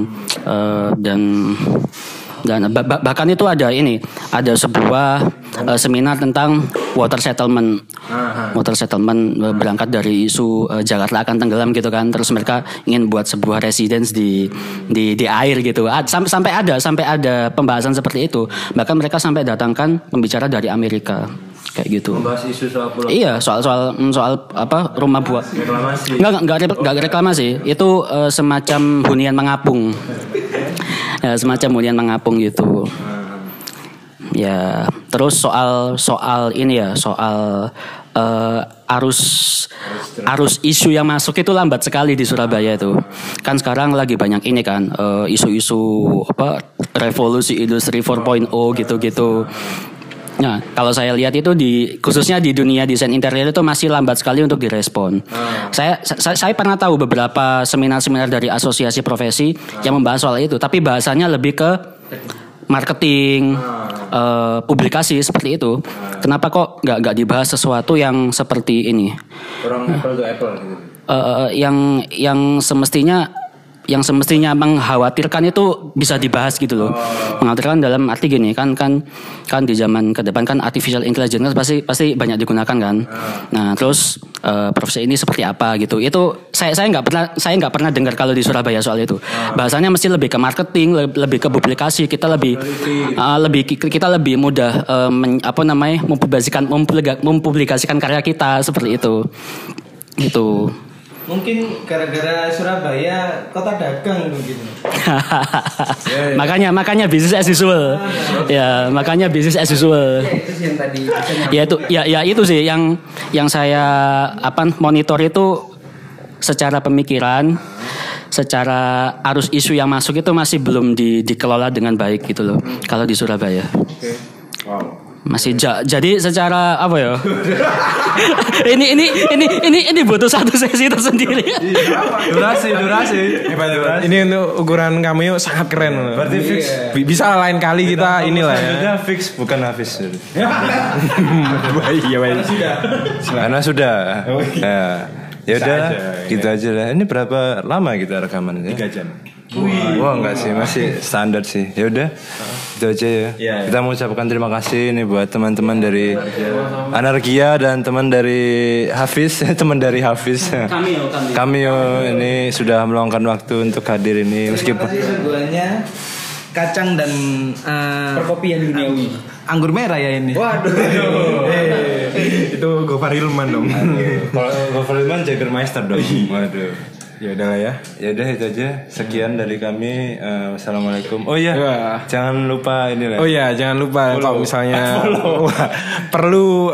bahkan itu ada sebuah seminar tentang water settlement. Water settlement berangkat dari isu Jakarta akan tenggelam gitu kan. Terus mereka ingin buat sebuah residence di air gitu. Sampai ada pembahasan seperti itu. Bahkan mereka sampai datangkan pembicara dari Amerika. Kayak gitu.
Membahas isu soal pulau.
Iya, soal rumah buah. Enggak reklamasi. Itu semacam hunian mengapung. Ya, semacam hunian mengapung gitu. Ya, terus soal arus isu yang masuk itu lambat sekali di Surabaya itu. Kan sekarang lagi banyak ini kan isu-isu revolusi industri 4.0 gitu-gitu. Nah, kalau saya lihat itu khususnya di dunia desain interior itu masih lambat sekali untuk direspon. Saya pernah tahu beberapa seminar-seminar dari asosiasi profesi yang membahas soal itu, tapi bahasanya lebih ke marketing, publikasi seperti itu. Kenapa kok nggak dibahas sesuatu yang seperti ini?
Orang apple to apple gitu.
Yang semestinya mengkhawatirkan itu bisa dibahas gitu loh. Mengkhawatirkan dalam arti gini kan di zaman ke depan kan artificial intelligence pasti banyak digunakan kan. Nah, terus profesi ini seperti apa gitu. Itu saya nggak pernah dengar kalau di Surabaya soal itu. Bahasanya mesti lebih ke marketing, lebih ke publikasi. Kita lebih mudah mempublikasikan karya kita seperti itu. Gitu.
Mungkin gara-gara Surabaya kota dagang gitu.
Makanya bisnis as usual. Ya, makanya bisnis as usual.
Itu sih yang tadi.
Itu sih yang saya monitor itu secara pemikiran, secara arus isu yang masuk itu masih belum dikelola dengan baik gitu loh. Kalau di Surabaya.
Wow.
Masih jadi secara apa ya? ini butuh satu sesi tersendiri.
Durasi. Ini untuk ukuran cameo sangat keren.
Berarti fix.
Bisa lain kali kita inilah ya.
Selanjutnya fix bukan Hafiz.
Iya baik.
Karena sudah. Ya. Ya udah, gitu aja lah. Ini berapa lama kita rekaman ya?
3 jam.
Wah enggak sih, masih standar sih. Ya udah, itu aja ya. Kita mau ucapkan terima kasih nih buat teman-teman dari Anargia dan teman dari Hafiz, teman dari Hafiz. Cameo ini sudah meluangkan waktu untuk hadir ini meskipun
Seduhannya kacang dan
Perkopian duniawi.
anggur merah ya ini.
Waduh.
Itu Gofar Hilman dong.
kalau Gofrelman Jagermeister dong. Waduh.
Ya udah lah ya.
Ya udah itu aja. Sekian dari kami. Wassalamualaikum. Oh iya, jangan lupa ini lah.
Oh iya, jangan lupa kalau misalnya wah, perlu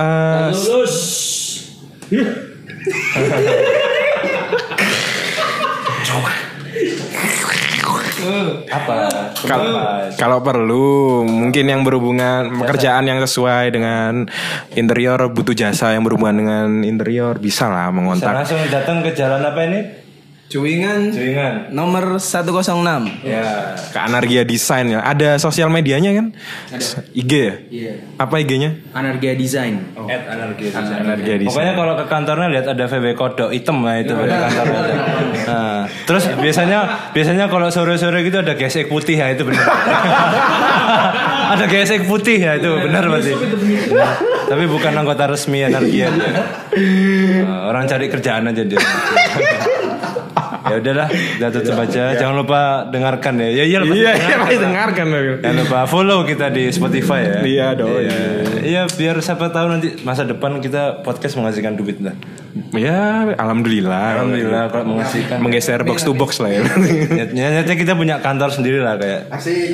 kalau perlu mungkin yang berhubungan pekerjaan yang sesuai dengan interior, butuh jasa yang berhubungan dengan interior, bisa lah mengontak.
Langsung datang ke jalan apa ini?
Cuingan nomor 106.
Ya.
Ke Anargia Design ya. Ada sosial medianya kan? Ada. IG ya?
Iya.
Apa IG-nya?
Anargia Design.
Anargia Design.
Pokoknya kalau ke kantornya lihat ada VW kodok hitam lah itu pada kantornya. Nah, terus biasanya kalau sore-sore gitu ada gesek putih ya itu benar. Ada gesek putih ya itu benar berarti. Tapi bukan anggota resmi Anargia. Orang cari kerjaan aja dia. Ya udahlah, udah tutup aja. Jangan lupa dengarkan ya. Iya,
dengarkan.
Jangan lupa follow kita di Spotify ya.
Iya dong.
Iya, biar siapa tahu nanti masa depan kita podcast menghasilkan duit lah.
Ya, alhamdulillah
Kalau menghasilkan.
Menggeser box to box lah ya.
Nyatanya kita punya kantor sendiri lah kayak. Asik.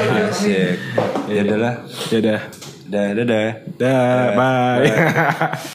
Ya udahlah.
Ya udah.
Dadah.
Dah, bye.